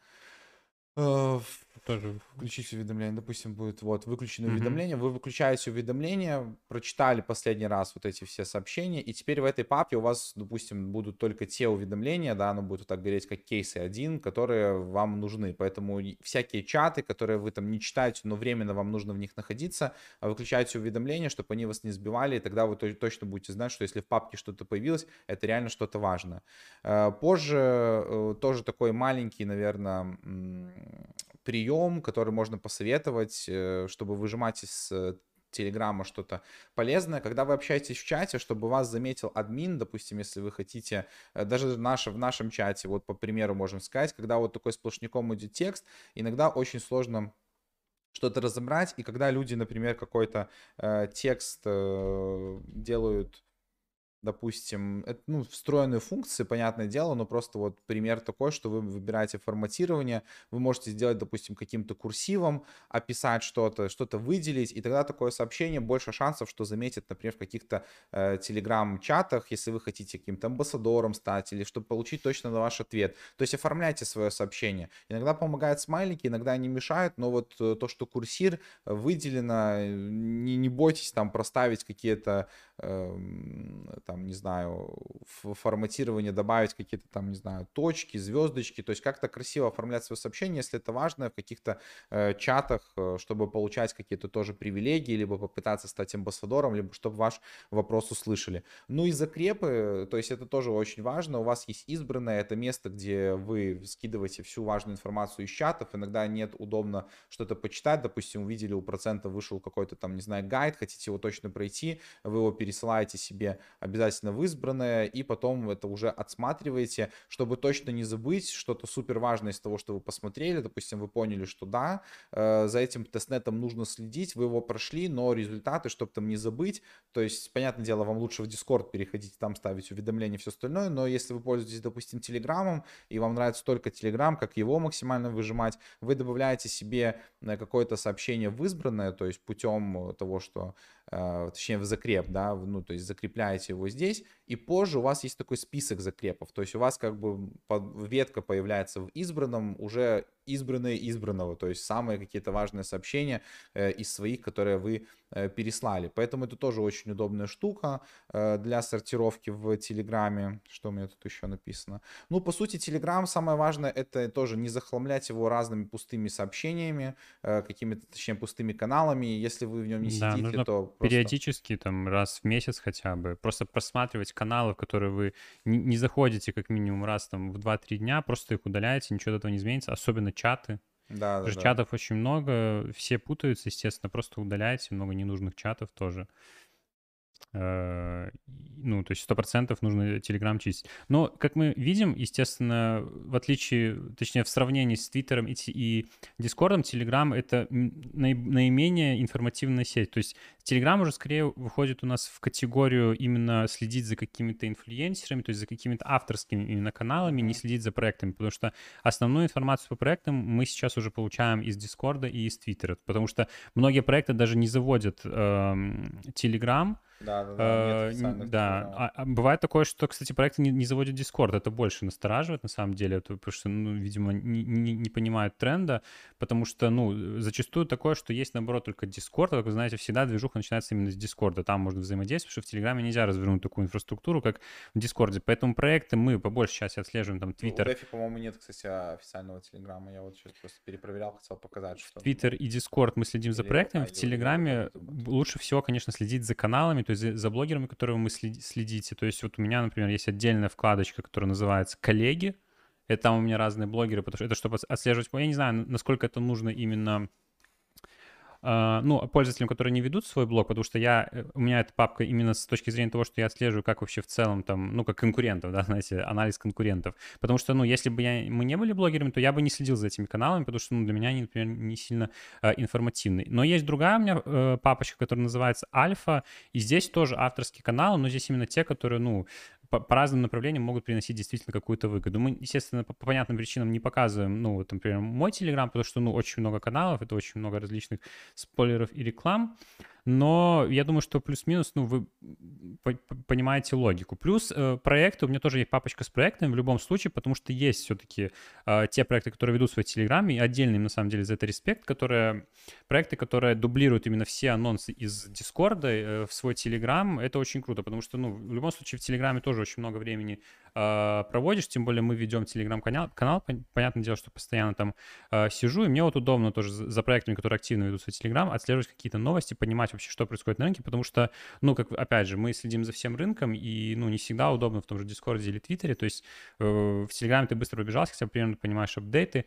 Тоже. Включить уведомления. Допустим, будет вот выключено Мгм. уведомление. Вы выключаете уведомления, прочитали последний раз вот эти все сообщения, и теперь в этой папке у вас, допустим, будут только те уведомления, да, оно будет вот так гореть, как кейсы один, которые вам нужны. Поэтому всякие чаты, которые вы там не читаете, но временно вам нужно в них находиться, выключайте уведомления, чтобы они вас не сбивали, и тогда вы точно будете знать, что если в папке что-то появилось, это реально что-то важное. Позже тоже такой маленький, наверное, прием, который можно посоветовать, чтобы выжимать из Телеграма что-то полезное, когда вы общаетесь в чате, чтобы вас заметил админ, допустим, если вы хотите, даже в нашем чате, вот по примеру можем сказать, когда вот такой сплошняком идет текст, иногда очень сложно что-то разобрать, и когда люди, например, какой-то текст делают, допустим, это, ну, встроенные функции, понятное дело, но просто вот пример такой, что вы выбираете форматирование, вы можете сделать, допустим, каким-то курсивом, описать что-то выделить, и тогда такое сообщение больше шансов, что заметят, например, в каких-то телеграм-чатах, если вы хотите каким-то амбассадором стать, или чтобы получить точно на ваш ответ. То есть оформляйте свое сообщение. Иногда помогают смайлики, иногда они мешают, но вот то, что курсир выделено, не бойтесь там проставить какие-то там, не знаю, в форматирование добавить какие-то там, не знаю, точки, звездочки, то есть как-то красиво оформлять свое сообщение, если это важно, в каких-то чатах, чтобы получать какие-то тоже привилегии, либо попытаться стать амбассадором, либо чтобы ваш вопрос услышали. Ну и закрепы, то есть это тоже очень важно, у вас есть избранное, это место, где вы скидываете всю важную информацию из чатов, иногда нет удобно что-то почитать, допустим, увидели у процента вышел какой-то там, не знаю, гайд, хотите его точно пройти, вы его пересылаете себе обязательно обязательно в избранное, и потом это уже отсматриваете, чтобы точно не забыть что-то супер важное из того, что вы посмотрели. Допустим, вы поняли, что да, за этим тестнетом нужно следить, вы его прошли, но результаты, чтобы там не забыть, то есть, понятное дело, вам лучше в Discord переходить, там ставить уведомления и все остальное, но если вы пользуетесь, допустим, Телеграмом, и вам нравится только Telegram, как его максимально выжимать, вы добавляете себе какое-то сообщение в избранное, то есть путем того, что, точнее, в закреп, да, ну, то есть закрепляете его здесь, и позже у вас есть такой список закрепов, то есть у вас как бы ветка появляется в избранном, уже избранное избранного, то есть самые какие-то важные сообщения из своих, которые вы переслали. Поэтому это тоже очень удобная штука для сортировки в Телеграме. Что у меня тут еще написано? Ну, по сути, Телеграм, самое важное, это тоже не захламлять его разными пустыми сообщениями, какими-то, точнее, пустыми каналами. Если вы в нем не Да, сидите, нужно то просто... периодически, там, раз в месяц хотя бы, просто просматривать каналы, в которые вы не заходите как минимум раз там в 2-3 дня, просто их удаляете, ничего от этого не изменится, особенно чаты. Да, Потому да, что да. чатов очень много, все путаются, естественно, просто удаляйте, много ненужных чатов тоже. Ну, то есть 100% нужно Telegram чистить. Но, как мы видим, естественно, в отличие, точнее, в сравнении с Твиттером и Дискордом, Telegram — это наименее информативная сеть. То есть Telegram уже скорее выходит у нас в категорию именно следить за какими-то инфлюенсерами, то есть за какими-то авторскими именно каналами, не следить за проектами, потому что основную информацию по проектам мы сейчас уже получаем из Дискорда и из Твиттера, потому что многие проекты даже не заводят Telegram. Да, да, да, нет официальных Да, Телеграмов. бывает такое, что, кстати, проекты не заводят Discord. Это больше настораживает, на самом деле, потому что, ну, видимо, не понимают тренда, потому что, ну, зачастую такое, что есть, наоборот, только Discord. Как вы знаете, всегда движуха начинается именно с Discord. Там можно взаимодействовать, потому что в Телеграме нельзя развернуть такую инфраструктуру, как в Discord. Поэтому проекты мы по большей части отслеживаем, там, Ну, у Twitter. Дефи, по-моему, нет, кстати, официального Телеграма. Я вот сейчас просто перепроверял, хотел показать, что... Twitter и Discord мы следим за Или проектами. ВК, В или Телеграме ВК, YouTube. лучше всего, конечно, следить за каналами, то есть за блогерами, которыми вы следите. То есть вот у меня, например, есть отдельная вкладочка, которая называется «Коллеги». Это там у меня разные блогеры, потому что это чтобы отслеживать... Я не знаю, насколько это нужно именно ну, пользователям, которые не ведут свой блог, потому что у меня эта папка именно с точки зрения того, что я отслеживаю, как вообще в целом там, ну, как конкурентов, да, знаете, анализ конкурентов. Потому что, ну, если бы мы не были блогерами, то я бы не следил за этими каналами, потому что, ну, для меня они, например, не сильно информативны. Но есть другая у меня папочка, которая называется «Альфа», и здесь тоже авторские каналы, но здесь именно те, которые, ну, по разным направлениям могут приносить действительно какую-то выгоду. Мы, естественно, по понятным причинам не показываем, ну, вот, например, мой Телеграм, потому что, ну, очень много каналов, это очень много различных спойлеров и реклам. Но я думаю, что плюс-минус, ну, вы понимаете логику. Плюс проекты, у меня тоже есть папочка с проектами в любом случае, потому что есть все-таки те проекты, которые ведут в своей Телеграме, и отдельный, на самом деле, за это респект, проекты, которые дублируют именно все анонсы из Дискорда в свой Телеграм. Это очень круто, потому что, ну, в любом случае в Телеграме тоже очень много времени проводишь, тем более мы ведем Телеграм-канал, понятное дело, что постоянно там сижу, и мне вот удобно тоже за проектами, которые активно ведут свой Телеграм, отслеживать какие-то новости, понимать вообще, что происходит на рынке, потому что, ну, как, опять же, мы следим за всем рынком, и, ну, не всегда удобно в том же Дискорде или Твиттере, то есть в Телеграме ты быстро пробежался, хотя бы примерно понимаешь апдейты,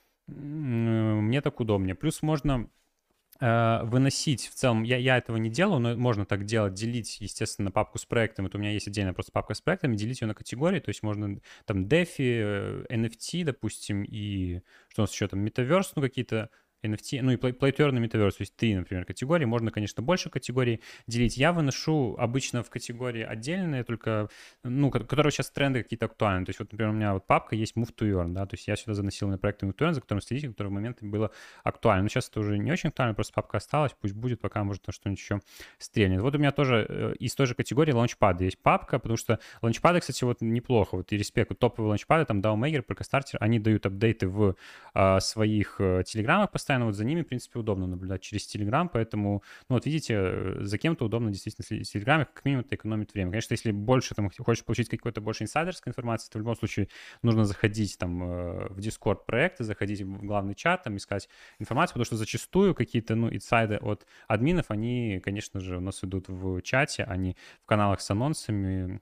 мне так удобнее. Плюс можно выносить в целом, я этого не делаю, но можно так делать, делить, естественно, папку с проектами, это у меня есть отдельная просто папка с проектами, делить ее на категории, то есть можно там DeFi, NFT, допустим, и что у нас еще там, Metaverse, ну какие-то NFT, ну и Play to Earn и Metaverse, то есть 3, например, категории, можно, конечно, больше категорий делить. Я выношу обычно в категории отдельные, только, ну, которые сейчас тренды какие-то актуальны. То есть вот, например, у меня вот папка есть Move to Earn, да, то есть я сюда заносил на проекты Move to Earn, за которым следить, который в момент было актуально. Но сейчас это уже не очень актуально, просто папка осталась, пусть будет, пока, может, там что-нибудь еще стрельнет. Вот у меня тоже из той же категории лаунчпады есть папка, потому что лаунчпады, кстати, вот неплохо, вот и респект, вот топовые лаунчпады, там DAO Maker, ProCastarter, они дают апдейты в своих телеграммах постоянно, вот за ними, в принципе, удобно наблюдать через Telegram, поэтому, ну вот видите, за кем-то удобно действительно следить в Телеграме, как минимум это экономит время. Конечно, если больше, там, хочешь получить какой-то больше инсайдерской информации, то в любом случае нужно заходить там в Discord проекты, заходить в главный чат, там искать информацию, потому что зачастую какие-то, ну, инсайды от админов, они, конечно же, у нас идут в чате, а не в каналах с анонсами.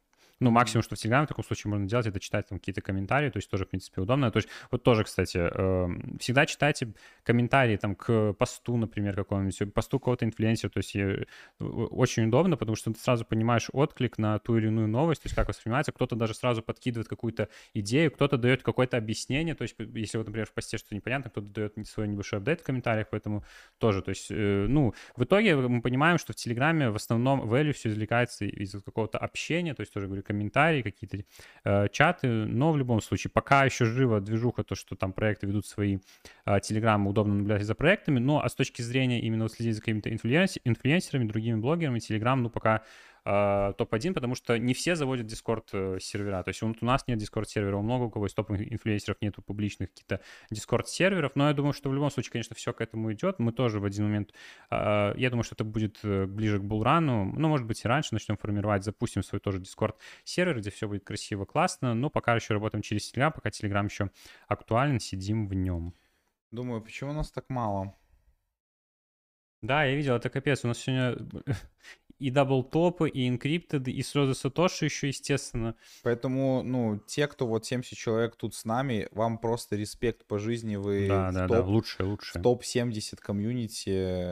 Ну, максимум, что в Телеграме в таком случае можно делать, это читать там какие-то комментарии, то есть тоже, в принципе, удобно. То есть вот тоже, кстати, всегда читайте комментарии там к посту, например, какому-нибудь, посту какого-то инфлюенсера, то есть очень удобно, потому что ты сразу понимаешь отклик на ту или иную новость, то есть как воспринимается, кто-то даже сразу подкидывает какую-то идею, кто-то дает какое-то объяснение, то есть если вот, например, в посте что-то непонятно, кто-то дает свой небольшой апдейт в комментариях, поэтому тоже, то есть, ну, в итоге мы понимаем, что в Телеграме в основном value все извлекается из какого-то общения, то есть тоже, говорю, комментарии, какие-то чаты, но в любом случае, пока еще живо движуха, то, что там проекты ведут свои Телеграммы, удобно наблюдать за проектами, но а с точки зрения именно вот следить за какими-то инфлюенсерами, другими блогерами, Телеграм, ну, пока топ-1, потому что не все заводят Discord сервера. То есть вот у нас нет Discord сервера, у много у кого из топовых инфлюенсеров нету публичных каких-то Discord серверов, но я думаю, что в любом случае, конечно, все к этому идет. Мы тоже в один момент, я думаю, что это будет ближе к булрану, ну, может быть, и раньше начнем формировать, запустим свой тоже Discord сервер, где все будет красиво, классно, но пока еще работаем через Telegram, пока Telegram еще актуален, сидим в нем. Думаю, почему нас так мало? Да, я видел, это капец. У нас сегодня и даблтопы, и encrypted, и слезы Сатоши еще, естественно. Поэтому, ну, те, кто вот 70 человек тут с нами, вам просто респект по жизни, вы Да, в да, да, топ, лучшие, в лучшие. топ-70 комьюнити.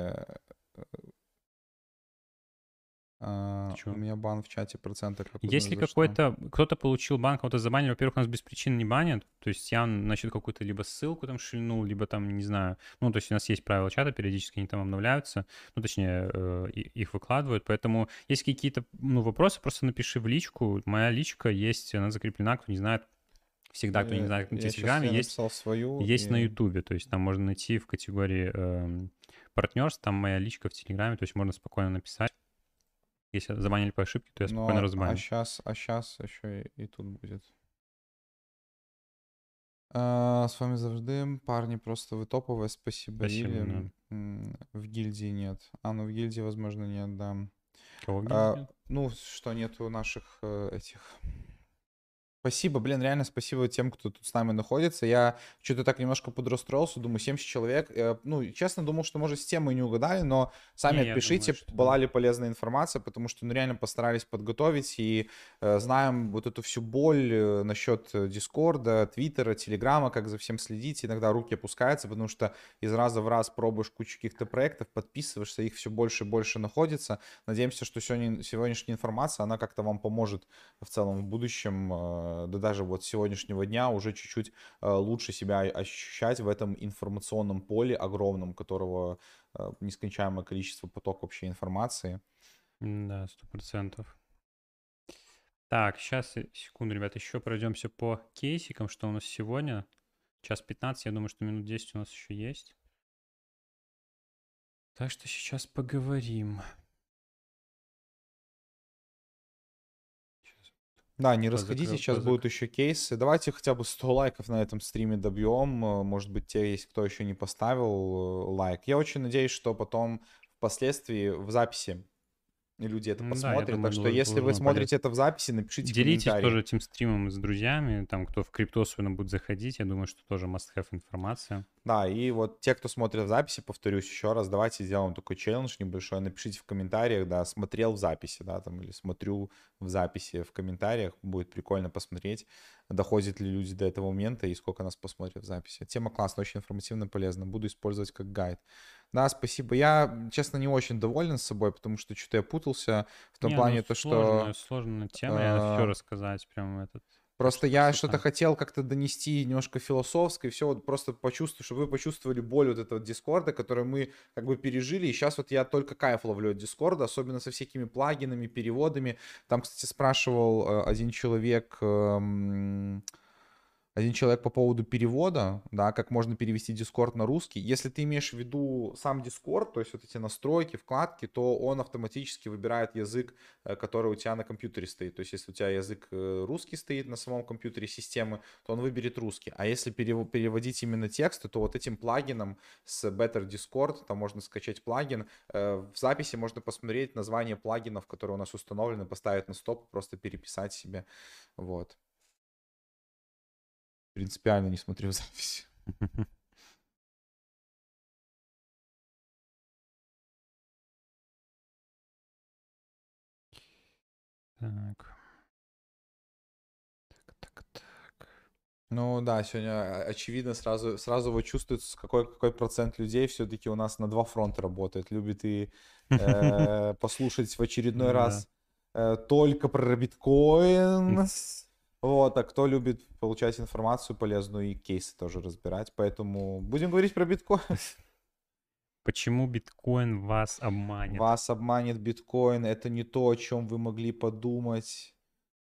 Ты У чё? меня бан в чате процента какой-то Если за что. какой-то, кто-то получил бан, кого-то забанили, во-первых, нас без причин не банят, то есть я, значит, какую-то либо ссылку там шильнул, либо там, не знаю, ну, то есть у нас есть правила чата, периодически они там обновляются, ну, точнее, их выкладывают, поэтому если какие-то, ну, вопросы, просто напиши в личку, моя личка есть, она закреплена, кто не знает, всегда, кто не знает, как найти Я в сейчас Телеграме, я есть, написал свою есть на и... Ютубе, то есть там можно найти в категории партнерств, там моя личка в Телеграме, то есть можно спокойно написать. Если забанили по ошибке, то я спокойно Но, разбаню. сейчас еще и тут будет. С вами завжди, парни, просто вы топовые, спасибо, Спасибо, Вилли. да. В гильдии нет. Ну в гильдии, возможно, нет, да. Кого в гильдии нет? Ну, что нету наших этих... Спасибо, блин, реально спасибо тем, кто тут с нами находится. Я что-то так немножко подрастроился, думаю, 70 человек. Ну, честно, думал, что, может, с темой не угадали, но сами Не, я думаю, отпишите, что... была ли полезная информация, потому что, ну, реально постарались подготовить и знаем вот эту всю боль насчет Дискорда, Твиттера, Телеграма, как за всем следить. Иногда руки опускаются, потому что из раза в раз пробуешь кучу каких-то проектов, подписываешься, их все больше и больше находится. Надеемся, что сегодняшняя информация, она как-то вам поможет в целом в будущем, да даже вот с сегодняшнего дня уже чуть-чуть лучше себя ощущать в этом информационном поле огромном, которого нескончаемое количество поток вообще информации. Да, 100%. Так, сейчас, секунду, ребят, еще пройдемся по кейсикам, что у нас сегодня. Час 15, я думаю, что минут 10 у нас еще есть. Так что сейчас поговорим. Сейчас Да, не расходитесь, позакрыл, сейчас будут еще кейсы. Давайте хотя бы 100 лайков на этом стриме добьем. Может быть, те есть, кто еще не поставил лайк. Я очень надеюсь, что потом впоследствии в записи люди это Да, я посмотрят. Так думаю, что, если вы должно смотрите полезно. это в записи, напишите Делитесь комментарий. тоже этим стримом с друзьями, там, кто в крипту особенно будет заходить, я думаю, что тоже must-have информация. Да, и вот те, кто смотрит в записи, повторюсь еще раз, давайте сделаем такой челлендж небольшой. Напишите в комментариях, да, смотрел в записи, да, там, или смотрю в записи в комментариях. Будет прикольно посмотреть, доходят ли люди до этого момента и сколько нас посмотрят в записи. Тема классная, очень информативно, полезна. Буду использовать как гайд. Да, спасибо. Я, честно, не очень доволен собой, потому что что-то я путался в том Не, ну плане то, что... сложная тема, реально все э, рассказать прям этот. Так Просто что я что-то красота. хотел как-то донести немножко философско, и все вот просто почувствовать, чтобы вы почувствовали боль вот этого Дискорда, который мы как бы пережили, и сейчас вот я только кайф ловлю от Дискорда, особенно со всякими плагинами, переводами. Там, кстати, спрашивал один человек по поводу перевода, да, как можно перевести Discord на русский. Если ты имеешь в виду сам Discord, то есть вот эти настройки, вкладки, то он автоматически выбирает язык, который у тебя на компьютере стоит. То есть если у тебя язык русский стоит на самом компьютере системы, то он выберет русский. А если переводить именно тексты, то вот этим плагином с Better Discord, там можно скачать плагин, в записи можно посмотреть название плагинов, которые у нас установлены, поставить на стоп, просто переписать себе. Вот. Принципиально не смотрю запись. Так. Ну да, сегодня очевидно сразу вы чувствуете, какой процент людей все-таки у нас на два фронта работает. Любит и послушать в очередной Да. раз только про биткоин. Вот, а кто любит получать информацию полезную и кейсы тоже разбирать. Поэтому будем говорить про биткоин. Почему биткоин вас обманет? Вас обманет биткоин. Это не то, о чем вы могли подумать.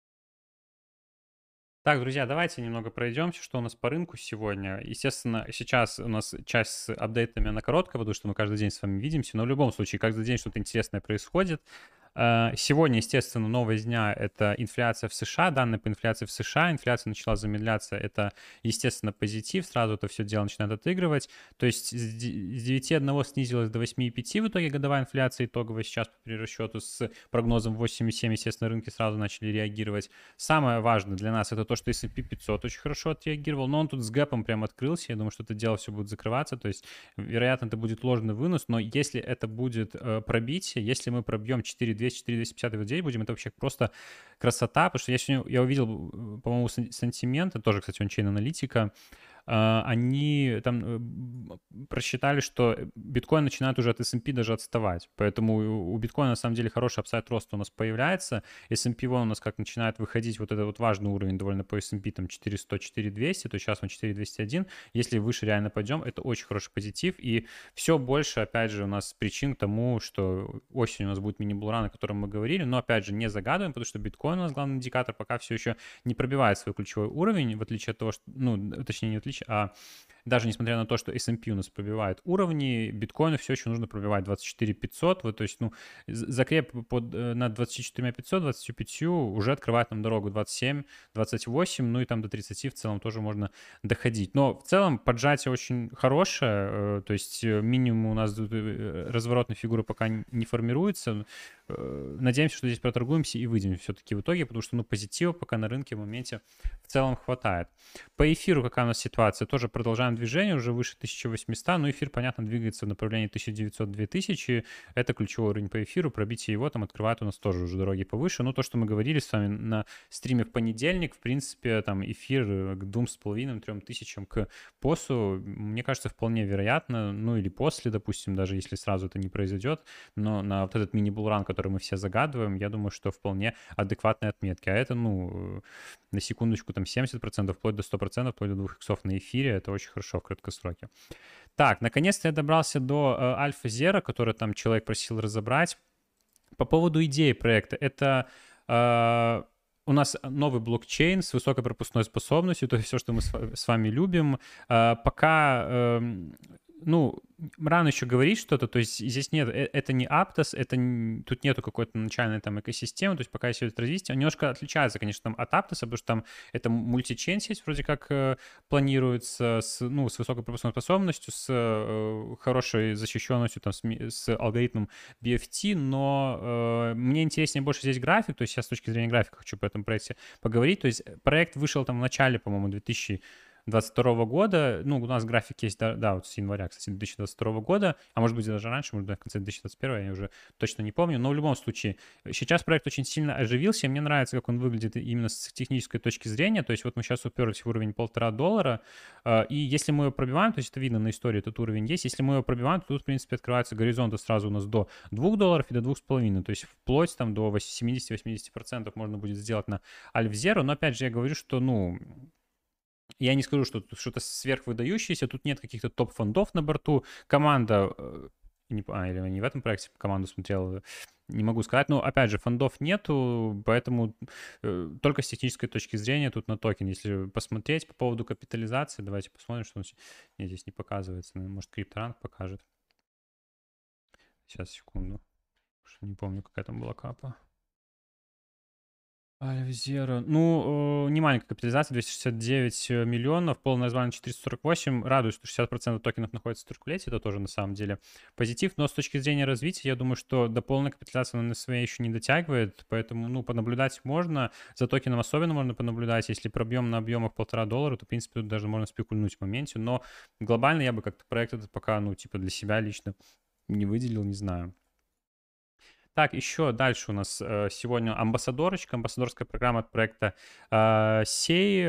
Так, друзья, давайте немного пройдемся, что у нас по рынку сегодня. Естественно, сейчас у нас часть с апдейтами, она короткая, потому что мы каждый день с вами видимся, но в любом случае, каждый день что-то интересное происходит. Сегодня, естественно, новость дня — это инфляция в США, данные по инфляции в США. Инфляция начала замедляться, это, естественно, позитив, сразу это все дело начинает отыгрывать. То есть с 9,1 снизилась до 8,5 в итоге годовая инфляция итоговая сейчас по перерасчету с прогнозом 8,7, естественно, рынки сразу начали реагировать. Самое важное для нас — это то, что S&P 500 очень хорошо отреагировал, но он тут с гэпом прям открылся, я думаю, что это дело все будет закрываться, то есть, вероятно, это будет ложный вынос, но если это будет пробитие, если мы пробьем 4200, 4250 в день будем, это вообще просто красота, потому что я увидел, по-моему, сантимента, тоже, кстати, он чейн-аналитика, они там просчитали, что биткоин начинает уже от S&P даже отставать. Поэтому у биткоина на самом деле хороший апсайд роста у нас появляется. S&P вон у нас как начинает выходить вот этот вот важный уровень довольно по S&P, там 4100, 4200, то сейчас он 4201. Если выше реально пойдем, это очень хороший позитив. И все больше, опять же, у нас причин к тому, что осенью у нас будет мини-булран, о котором мы говорили, но, опять же, не загадываем, потому что биткоин у нас главный индикатор пока все еще не пробивает свой ключевой уровень, в отличие от того, что, ну, точнее, не в отличие, даже несмотря на то, что S&P у нас пробивает уровни, биткоину все еще нужно пробивать 24 500, вот, то есть, ну, закреп над 24 500, 25 уже открывает нам дорогу 27, 28, ну и там до 30 в целом тоже можно доходить. Но в целом поджатие очень хорошее, то есть минимум у нас разворотной фигуры пока не формируется. Надеемся, что здесь проторгуемся и выйдем все-таки в итоге, потому что, ну, позитива пока на рынке в моменте в целом хватает. По эфиру какая у нас ситуация? Тоже продолжаем движение, уже выше 1800, но эфир, понятно, двигается в направлении 1900-2000. Это ключевой уровень по эфиру, пробитие его там открывает у нас тоже уже дороги повыше. Ну, то, что мы говорили с вами на стриме в понедельник, в принципе, там эфир к 2,5-3 тысячам к ПОСу, мне кажется, вполне вероятно, ну, или после, допустим, даже если сразу это не произойдет, но на вот этот мини-булран, который мы все загадываем, я думаю, что вполне адекватные отметки. А это, ну, на секундочку, там 70%, вплоть до 100%, вплоть до 2 иксов на эфире, это очень хорошо в краткосроке. Так, наконец-то я добрался до Альфа Зера, который там человек просил разобрать. По поводу идеи проекта, это у нас новый блокчейн с высокой пропускной способностью, то есть все, что мы с вами любим. Пока, ну, рано еще говорить что-то, то есть здесь нет, это не Aptos, тут нету какой-то начальной там экосистемы, то есть пока все это развитие, он немножко отличается, конечно, там, от Aptos, потому что там это мультичейн сеть вроде как планируется с высокой пропускной способностью, с хорошей защищенностью, там, с алгоритмом BFT, но мне интереснее больше здесь график, то есть я с точки зрения графика хочу по этому проекте поговорить, то есть проект вышел там в начале, по-моему, 2022 года, ну, у нас график есть, да, вот с января, кстати, 2022 года, а может быть даже раньше, может быть, в конце 2021, я уже точно не помню, но в любом случае, сейчас проект очень сильно оживился, и мне нравится, как он выглядит именно с технической точки зрения, то есть вот мы сейчас уперлись в уровень $1,5, и если мы его пробиваем, то есть это видно на истории, этот уровень есть, если мы его пробиваем, то тут, в принципе, открываются горизонты сразу у нас до $2 и до 2,5, то есть вплоть там до 70-80% можно будет сделать на Альфзеру, но опять же я говорю, что, ну, я не скажу, что тут что-то сверхвыдающееся, тут нет каких-то топ-фондов на борту. Команда, или не в этом проекте команду смотрел, не могу сказать, но, опять же, фондов нету, поэтому только с технической точки зрения тут на токен. Если посмотреть по поводу капитализации, давайте посмотрим, что нет, здесь не показывается. Может, CryptoRank покажет. Сейчас, секунду. Не помню, какая там была капа. Альфзера. Ну, не маленькая капитализация, 269 миллионов, полное название 448. Радуюсь, что 60% токенов находится в циркуляции, это тоже на самом деле позитив. Но с точки зрения развития, я думаю, что до полной капитализации она на своей еще не дотягивает, поэтому, ну, понаблюдать можно. За токеном особенно можно понаблюдать. Если пробьем на объемах $1,5, то, в принципе, тут даже можно спекульнуть в моменте. Но глобально я бы как-то проект этот пока, ну, типа для себя лично не выделил, не знаю. Так, еще дальше у нас сегодня амбассадорская программа от проекта Сей.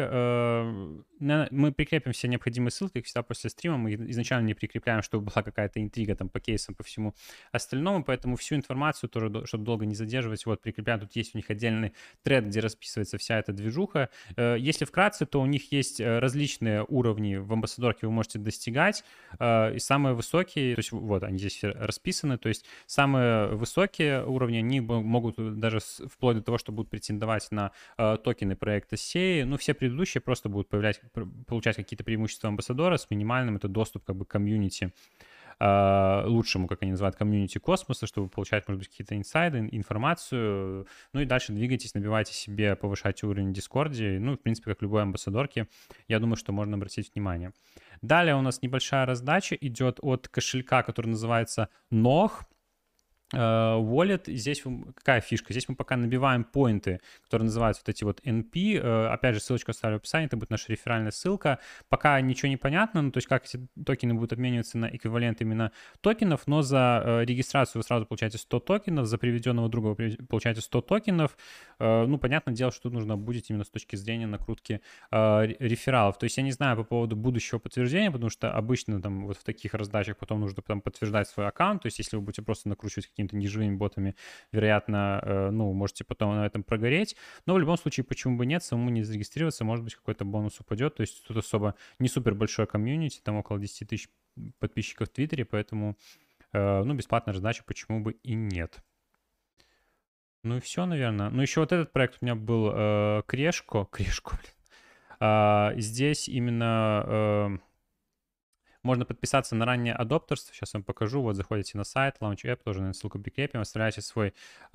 Мы прикрепим все необходимые ссылки, как всегда, после стрима. Мы изначально не прикрепляем, чтобы была какая-то интрига там по кейсам, по всему остальному, поэтому всю информацию тоже, чтобы долго не задерживать, вот прикрепляем. Тут есть у них отдельный тред, где расписывается вся эта движуха. Если вкратце, то у них есть различные уровни в амбассадорке, вы можете достигать, и самые высокие, то есть вот они здесь расписаны, то есть самые высокие уровни, они могут даже вплоть до того, что будут претендовать на токены проекта SEI. Ну, все предыдущие просто будут получать какие-то преимущества амбассадора с минимальным, это доступ как бы к комьюнити, лучшему, как они называют, комьюнити космоса, чтобы получать, может быть, какие-то инсайды, информацию. Ну и дальше двигайтесь, набивайте себе, повышайте уровень в Дискорде. Ну, в принципе, как любой амбассадорке, я думаю, что можно обратить внимание. Далее у нас небольшая раздача идет от кошелька, который называется Нох. Wallet, здесь какая фишка? Здесь мы пока набиваем поинты, которые называются вот эти вот NP. Опять же, ссылочку оставлю в описании, это будет наша реферальная ссылка. Пока ничего не понятно, ну, то есть как эти токены будут обмениваться на эквивалент именно токенов, но за регистрацию вы сразу получаете 100 токенов, за приведенного друга вы получаете 100 токенов. Ну, понятное дело, что тут нужно будет именно с точки зрения накрутки рефералов. То есть я не знаю по поводу будущего подтверждения, потому что обычно там вот в таких раздачах потом нужно там подтверждать свой аккаунт, то есть если вы будете просто накручивать какими-то неживыми ботами, вероятно, ну, можете потом на этом прогореть. Но в любом случае, почему бы нет, самому не зарегистрироваться, может быть, какой-то бонус упадет. То есть тут особо не супер большое комьюнити, там около 10 тысяч подписчиков в Твиттере, поэтому, ну, бесплатная раздача, почему бы и нет. Ну и все, наверное. Ну, еще вот этот проект у меня был Крешко, блин. Здесь именно можно подписаться на раннее адоптерство. Сейчас вам покажу. Вот заходите на сайт Launch App, тоже на ссылку прикрепим, оставляете свой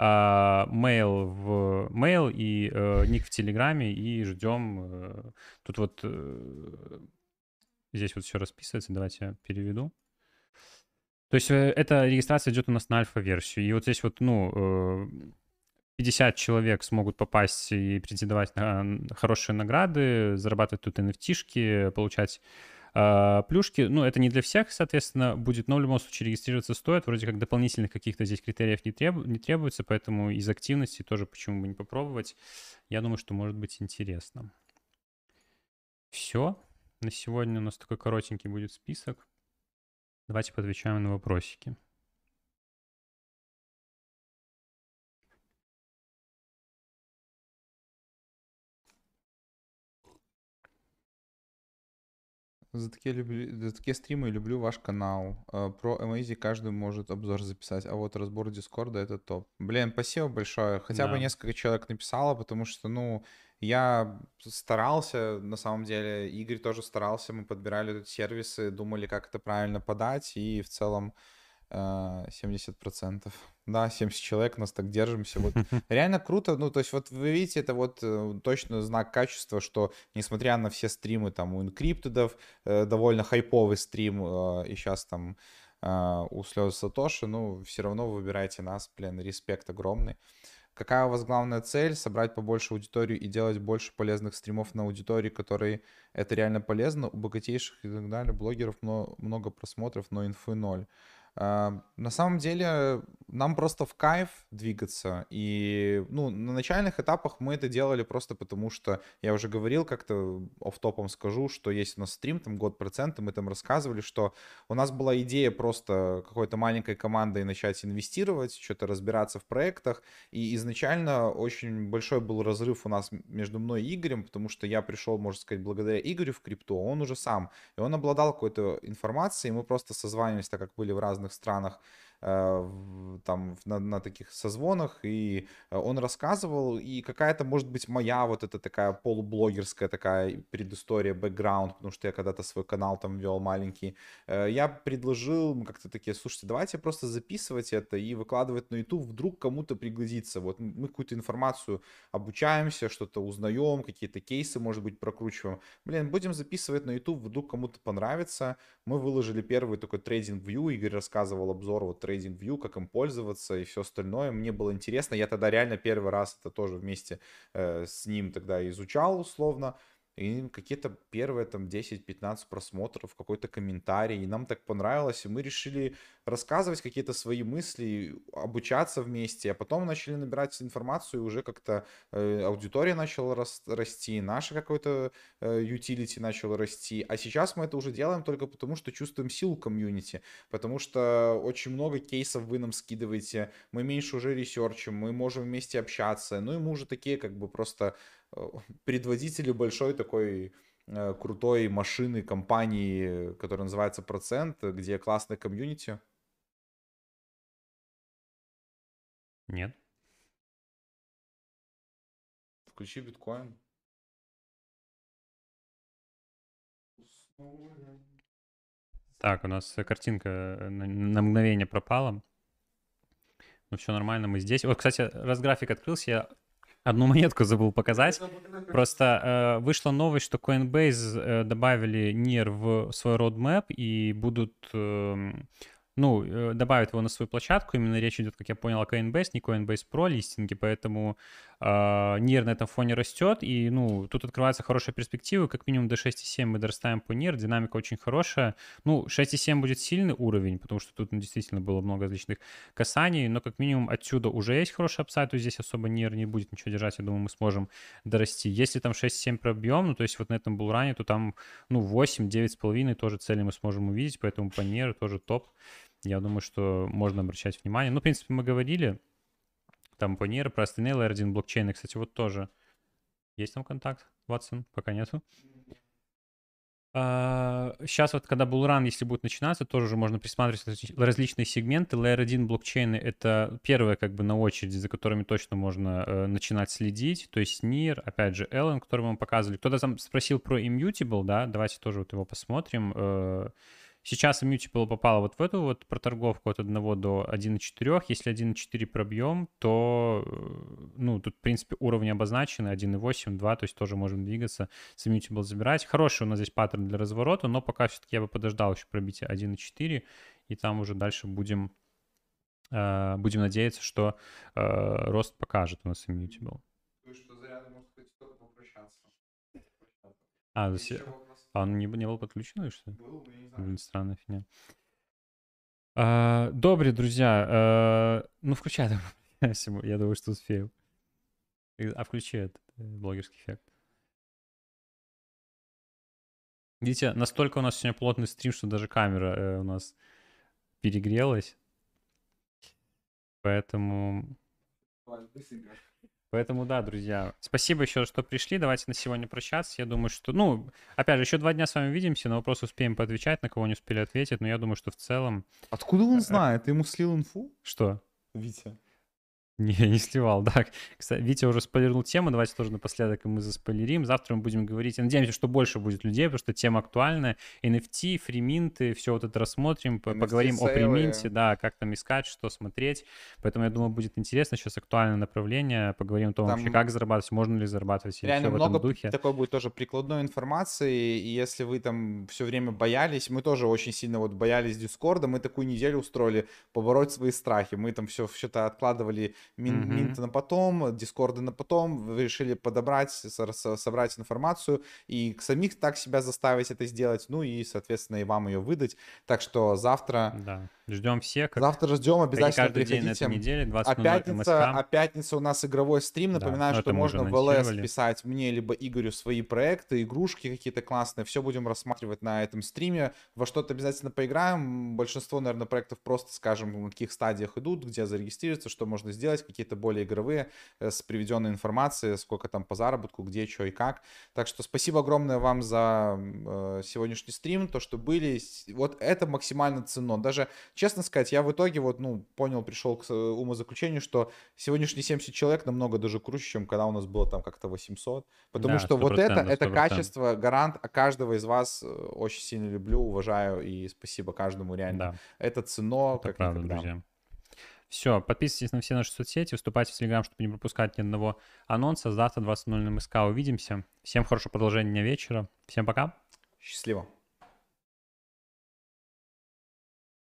mail и ник в Телеграме и ждем. Тут вот здесь вот все расписывается. Давайте я переведу. То есть эта регистрация идет у нас на альфа-версию. И вот здесь вот, ну, 50 человек смогут попасть и претендовать на хорошие награды, зарабатывать тут NFT-шки, получать плюшки. Ну, это не для всех, соответственно, будет, но в любом случае регистрироваться стоит. Вроде как дополнительных каких-то здесь критериев не требуется, поэтому из активности тоже почему бы не попробовать. Я думаю, что может быть интересно. Все. На сегодня у нас такой коротенький будет список. Давайте поотвечаем на вопросики. За такие стримы люблю ваш канал. Про Amazing каждый может обзор записать, а вот разбор Дискорда это топ. Блин, спасибо большое. Хотя бы Да. несколько человек написало, потому что, ну, я старался, на самом деле, Игорь тоже старался, мы подбирали тут сервисы, думали, как это правильно подать, и в целом 70%. Да, 70 человек, нас так держимся. Вот реально круто. Ну, то есть, вот вы видите, это вот точно знак качества, что несмотря на все стримы там у инкриптедов, довольно хайповый стрим, и сейчас там у слез Сатоши, ну, все равно вы выбираете нас, блин, респект огромный. Какая у вас главная цель? Собрать побольше аудиторию и делать больше полезных стримов на аудитории, которые это реально полезно. У богатейших и так далее блогеров много просмотров, но инфы ноль. На самом деле нам просто в кайф двигаться. И ну, на начальных этапах мы это делали просто потому, что я уже говорил, как-то оффтопом скажу, что есть у нас стрим, там год процента, мы там рассказывали, что у нас была идея просто какой-то маленькой командой начать инвестировать, что-то разбираться в проектах. И изначально очень большой был разрыв у нас между мной и Игорем, потому что я пришел, можно сказать, благодаря Игорю в крипту, а он уже сам. И он обладал какой-то информацией, мы просто созванивались, так как были в разных странах, там на таких созвонах, и он рассказывал, и какая-то, может быть, моя вот эта такая полублогерская такая предыстория, бэкграунд, потому что я когда-то свой канал там вел маленький, я предложил, мы как-то такие, слушайте, давайте просто записывать это и выкладывать на YouTube, вдруг кому-то пригодится. Вот мы какую-то информацию обучаемся, что-то узнаем, какие-то кейсы, может быть, прокручиваем. Блин, будем записывать на YouTube, вдруг кому-то понравится. Мы выложили первый такой TradingView, Игорь рассказывал обзор вот TradingView, как им пользоваться и все остальное. Мне было интересно, я тогда реально первый раз это тоже вместе с ним тогда изучал условно. и какие-то первые там 10-15 просмотров, какой-то комментарий, и нам так понравилось, и мы решили рассказывать какие-то свои мысли, обучаться вместе, а потом начали набирать информацию, и уже как-то аудитория начала расти, наше какое-то utility начало расти, а сейчас мы это уже делаем только потому, что чувствуем силу комьюнити, потому что очень много кейсов вы нам скидываете, мы меньше уже ресерчим, мы можем вместе общаться, ну и мы уже такие как бы просто предводители большой такой крутой машины, компании, которая называется Процент, где классный комьюнити. Нет. Включи биткоин. Так, у нас картинка на мгновение пропала. Ну все нормально, мы здесь. Вот, кстати, раз график открылся, я одну монетку забыл показать. Просто вышла новость, что Coinbase добавили NIR в свой roadmap и будут, добавят его на свою площадку. Именно речь идет, как я понял, о Coinbase, не Coinbase Pro листинге, поэтому NIR на этом фоне растет, и, тут открываются хорошие перспективы, как минимум до 6,7 мы дорастаем по NIR, динамика очень хорошая. 6,7 будет сильный уровень, потому что тут действительно было много различных касаний, но как минимум отсюда уже есть хороший апсайд, то есть здесь особо NIR не будет ничего держать, я думаю, мы сможем дорасти. Если там 6,7 пробьем, то есть вот на этом булране, то там, 8, 9,5 тоже цели мы сможем увидеть, поэтому по NIR тоже топ. Я думаю, что можно обращать внимание. В принципе, мы говорили там по NIR, про остальные Layer 1 блокчейны. Кстати, вот тоже. Есть там контакт, Ватсон? Пока нету. Сейчас вот, когда булран, если будет начинаться, тоже уже можно присматривать различные сегменты. Layer 1 блокчейны — это первые как бы на очереди, за которыми точно можно начинать следить. То есть NIR, опять же, Ellen, который мы вам показывали. Кто-то там спросил про Immutable, да, давайте тоже вот его посмотрим. Сейчас Immutable попала вот в эту вот проторговку от 1 до 1,4. Если 1,4 пробьем, то, тут, в принципе, уровни обозначены, 1,8, 2, то есть тоже можем двигаться, с Immutable забирать. Хороший у нас здесь паттерн для разворота, но пока все-таки я бы подождал еще пробития 1,4, и там уже дальше будем надеяться, что рост покажет у нас Immutable. То есть, что заряда, можно сказать, только попрощаться. А он не был подключен или что? Был, я не знаю. Блин, странная фигня. Добрые друзья, включай там. Я думаю, что успею. Включи этот блогерский эффект. Видите, настолько у нас сегодня плотный стрим, что даже камера у нас перегрелась. Поэтому, да, друзья, спасибо еще, что пришли. Давайте на сегодня прощаться. Я думаю, что, опять же, еще 2 дня с вами увидимся, на вопросы успеем поотвечать, на кого не успели ответить, но я думаю, что в целом... Откуда он знает? Ты ему слил инфу? Что? Витя. Не сливал, да. Кстати, Витя уже спойлернул тему, давайте тоже напоследок мы заспойлерим. Завтра мы будем говорить, надеемся, что больше будет людей, потому что тема актуальная. NFT, фриминты, все вот это рассмотрим, поговорим о приминте, да, как там искать, что смотреть. Поэтому, я думаю, будет интересно, сейчас актуальное направление, поговорим о том, вообще, как зарабатывать, можно ли зарабатывать, или реально все в этом много духе. такой будет тоже прикладной информации, и если вы там все время боялись, мы тоже очень сильно вот боялись Дискорда, мы такую неделю устроили побороть свои страхи, мы там все-то откладывали Минты на потом, Дискорды на потом, вы решили подобрать, собрать информацию и самих так себя заставить это сделать, и, соответственно, и вам ее выдать. Так что завтра... Да, ждем всех. Завтра ждем, обязательно приходите. День на этой неделе, 20:00 А пятница у нас игровой стрим. Напоминаю, что можно в ЛС писать мне, либо Игорю свои проекты, игрушки какие-то классные. Все будем рассматривать на этом стриме. Во что-то обязательно поиграем. Большинство, наверное, проектов просто скажем, на каких стадиях идут, где зарегистрироваться, что можно сделать. Какие-то более игровые, с приведенной информацией, сколько там по заработку, где, что и как. Так что спасибо огромное вам за сегодняшний стрим, то, что были. Вот это максимально ценно. Даже, честно сказать, я в итоге понял, пришел к умозаключению, что сегодняшние 70 человек намного даже круче, чем когда у нас было там как-то 800. Потому что вот это качество, гарант каждого из вас очень сильно люблю, уважаю и спасибо каждому реально. Да. Это ценно, это как правда, никогда. Друзья. Все, подписывайтесь на все наши соцсети, вступайте в Telegram, чтобы не пропускать ни одного анонса. Завтра 20:00 МСК увидимся. Всем хорошего продолжения вечера. Всем пока. Счастливо.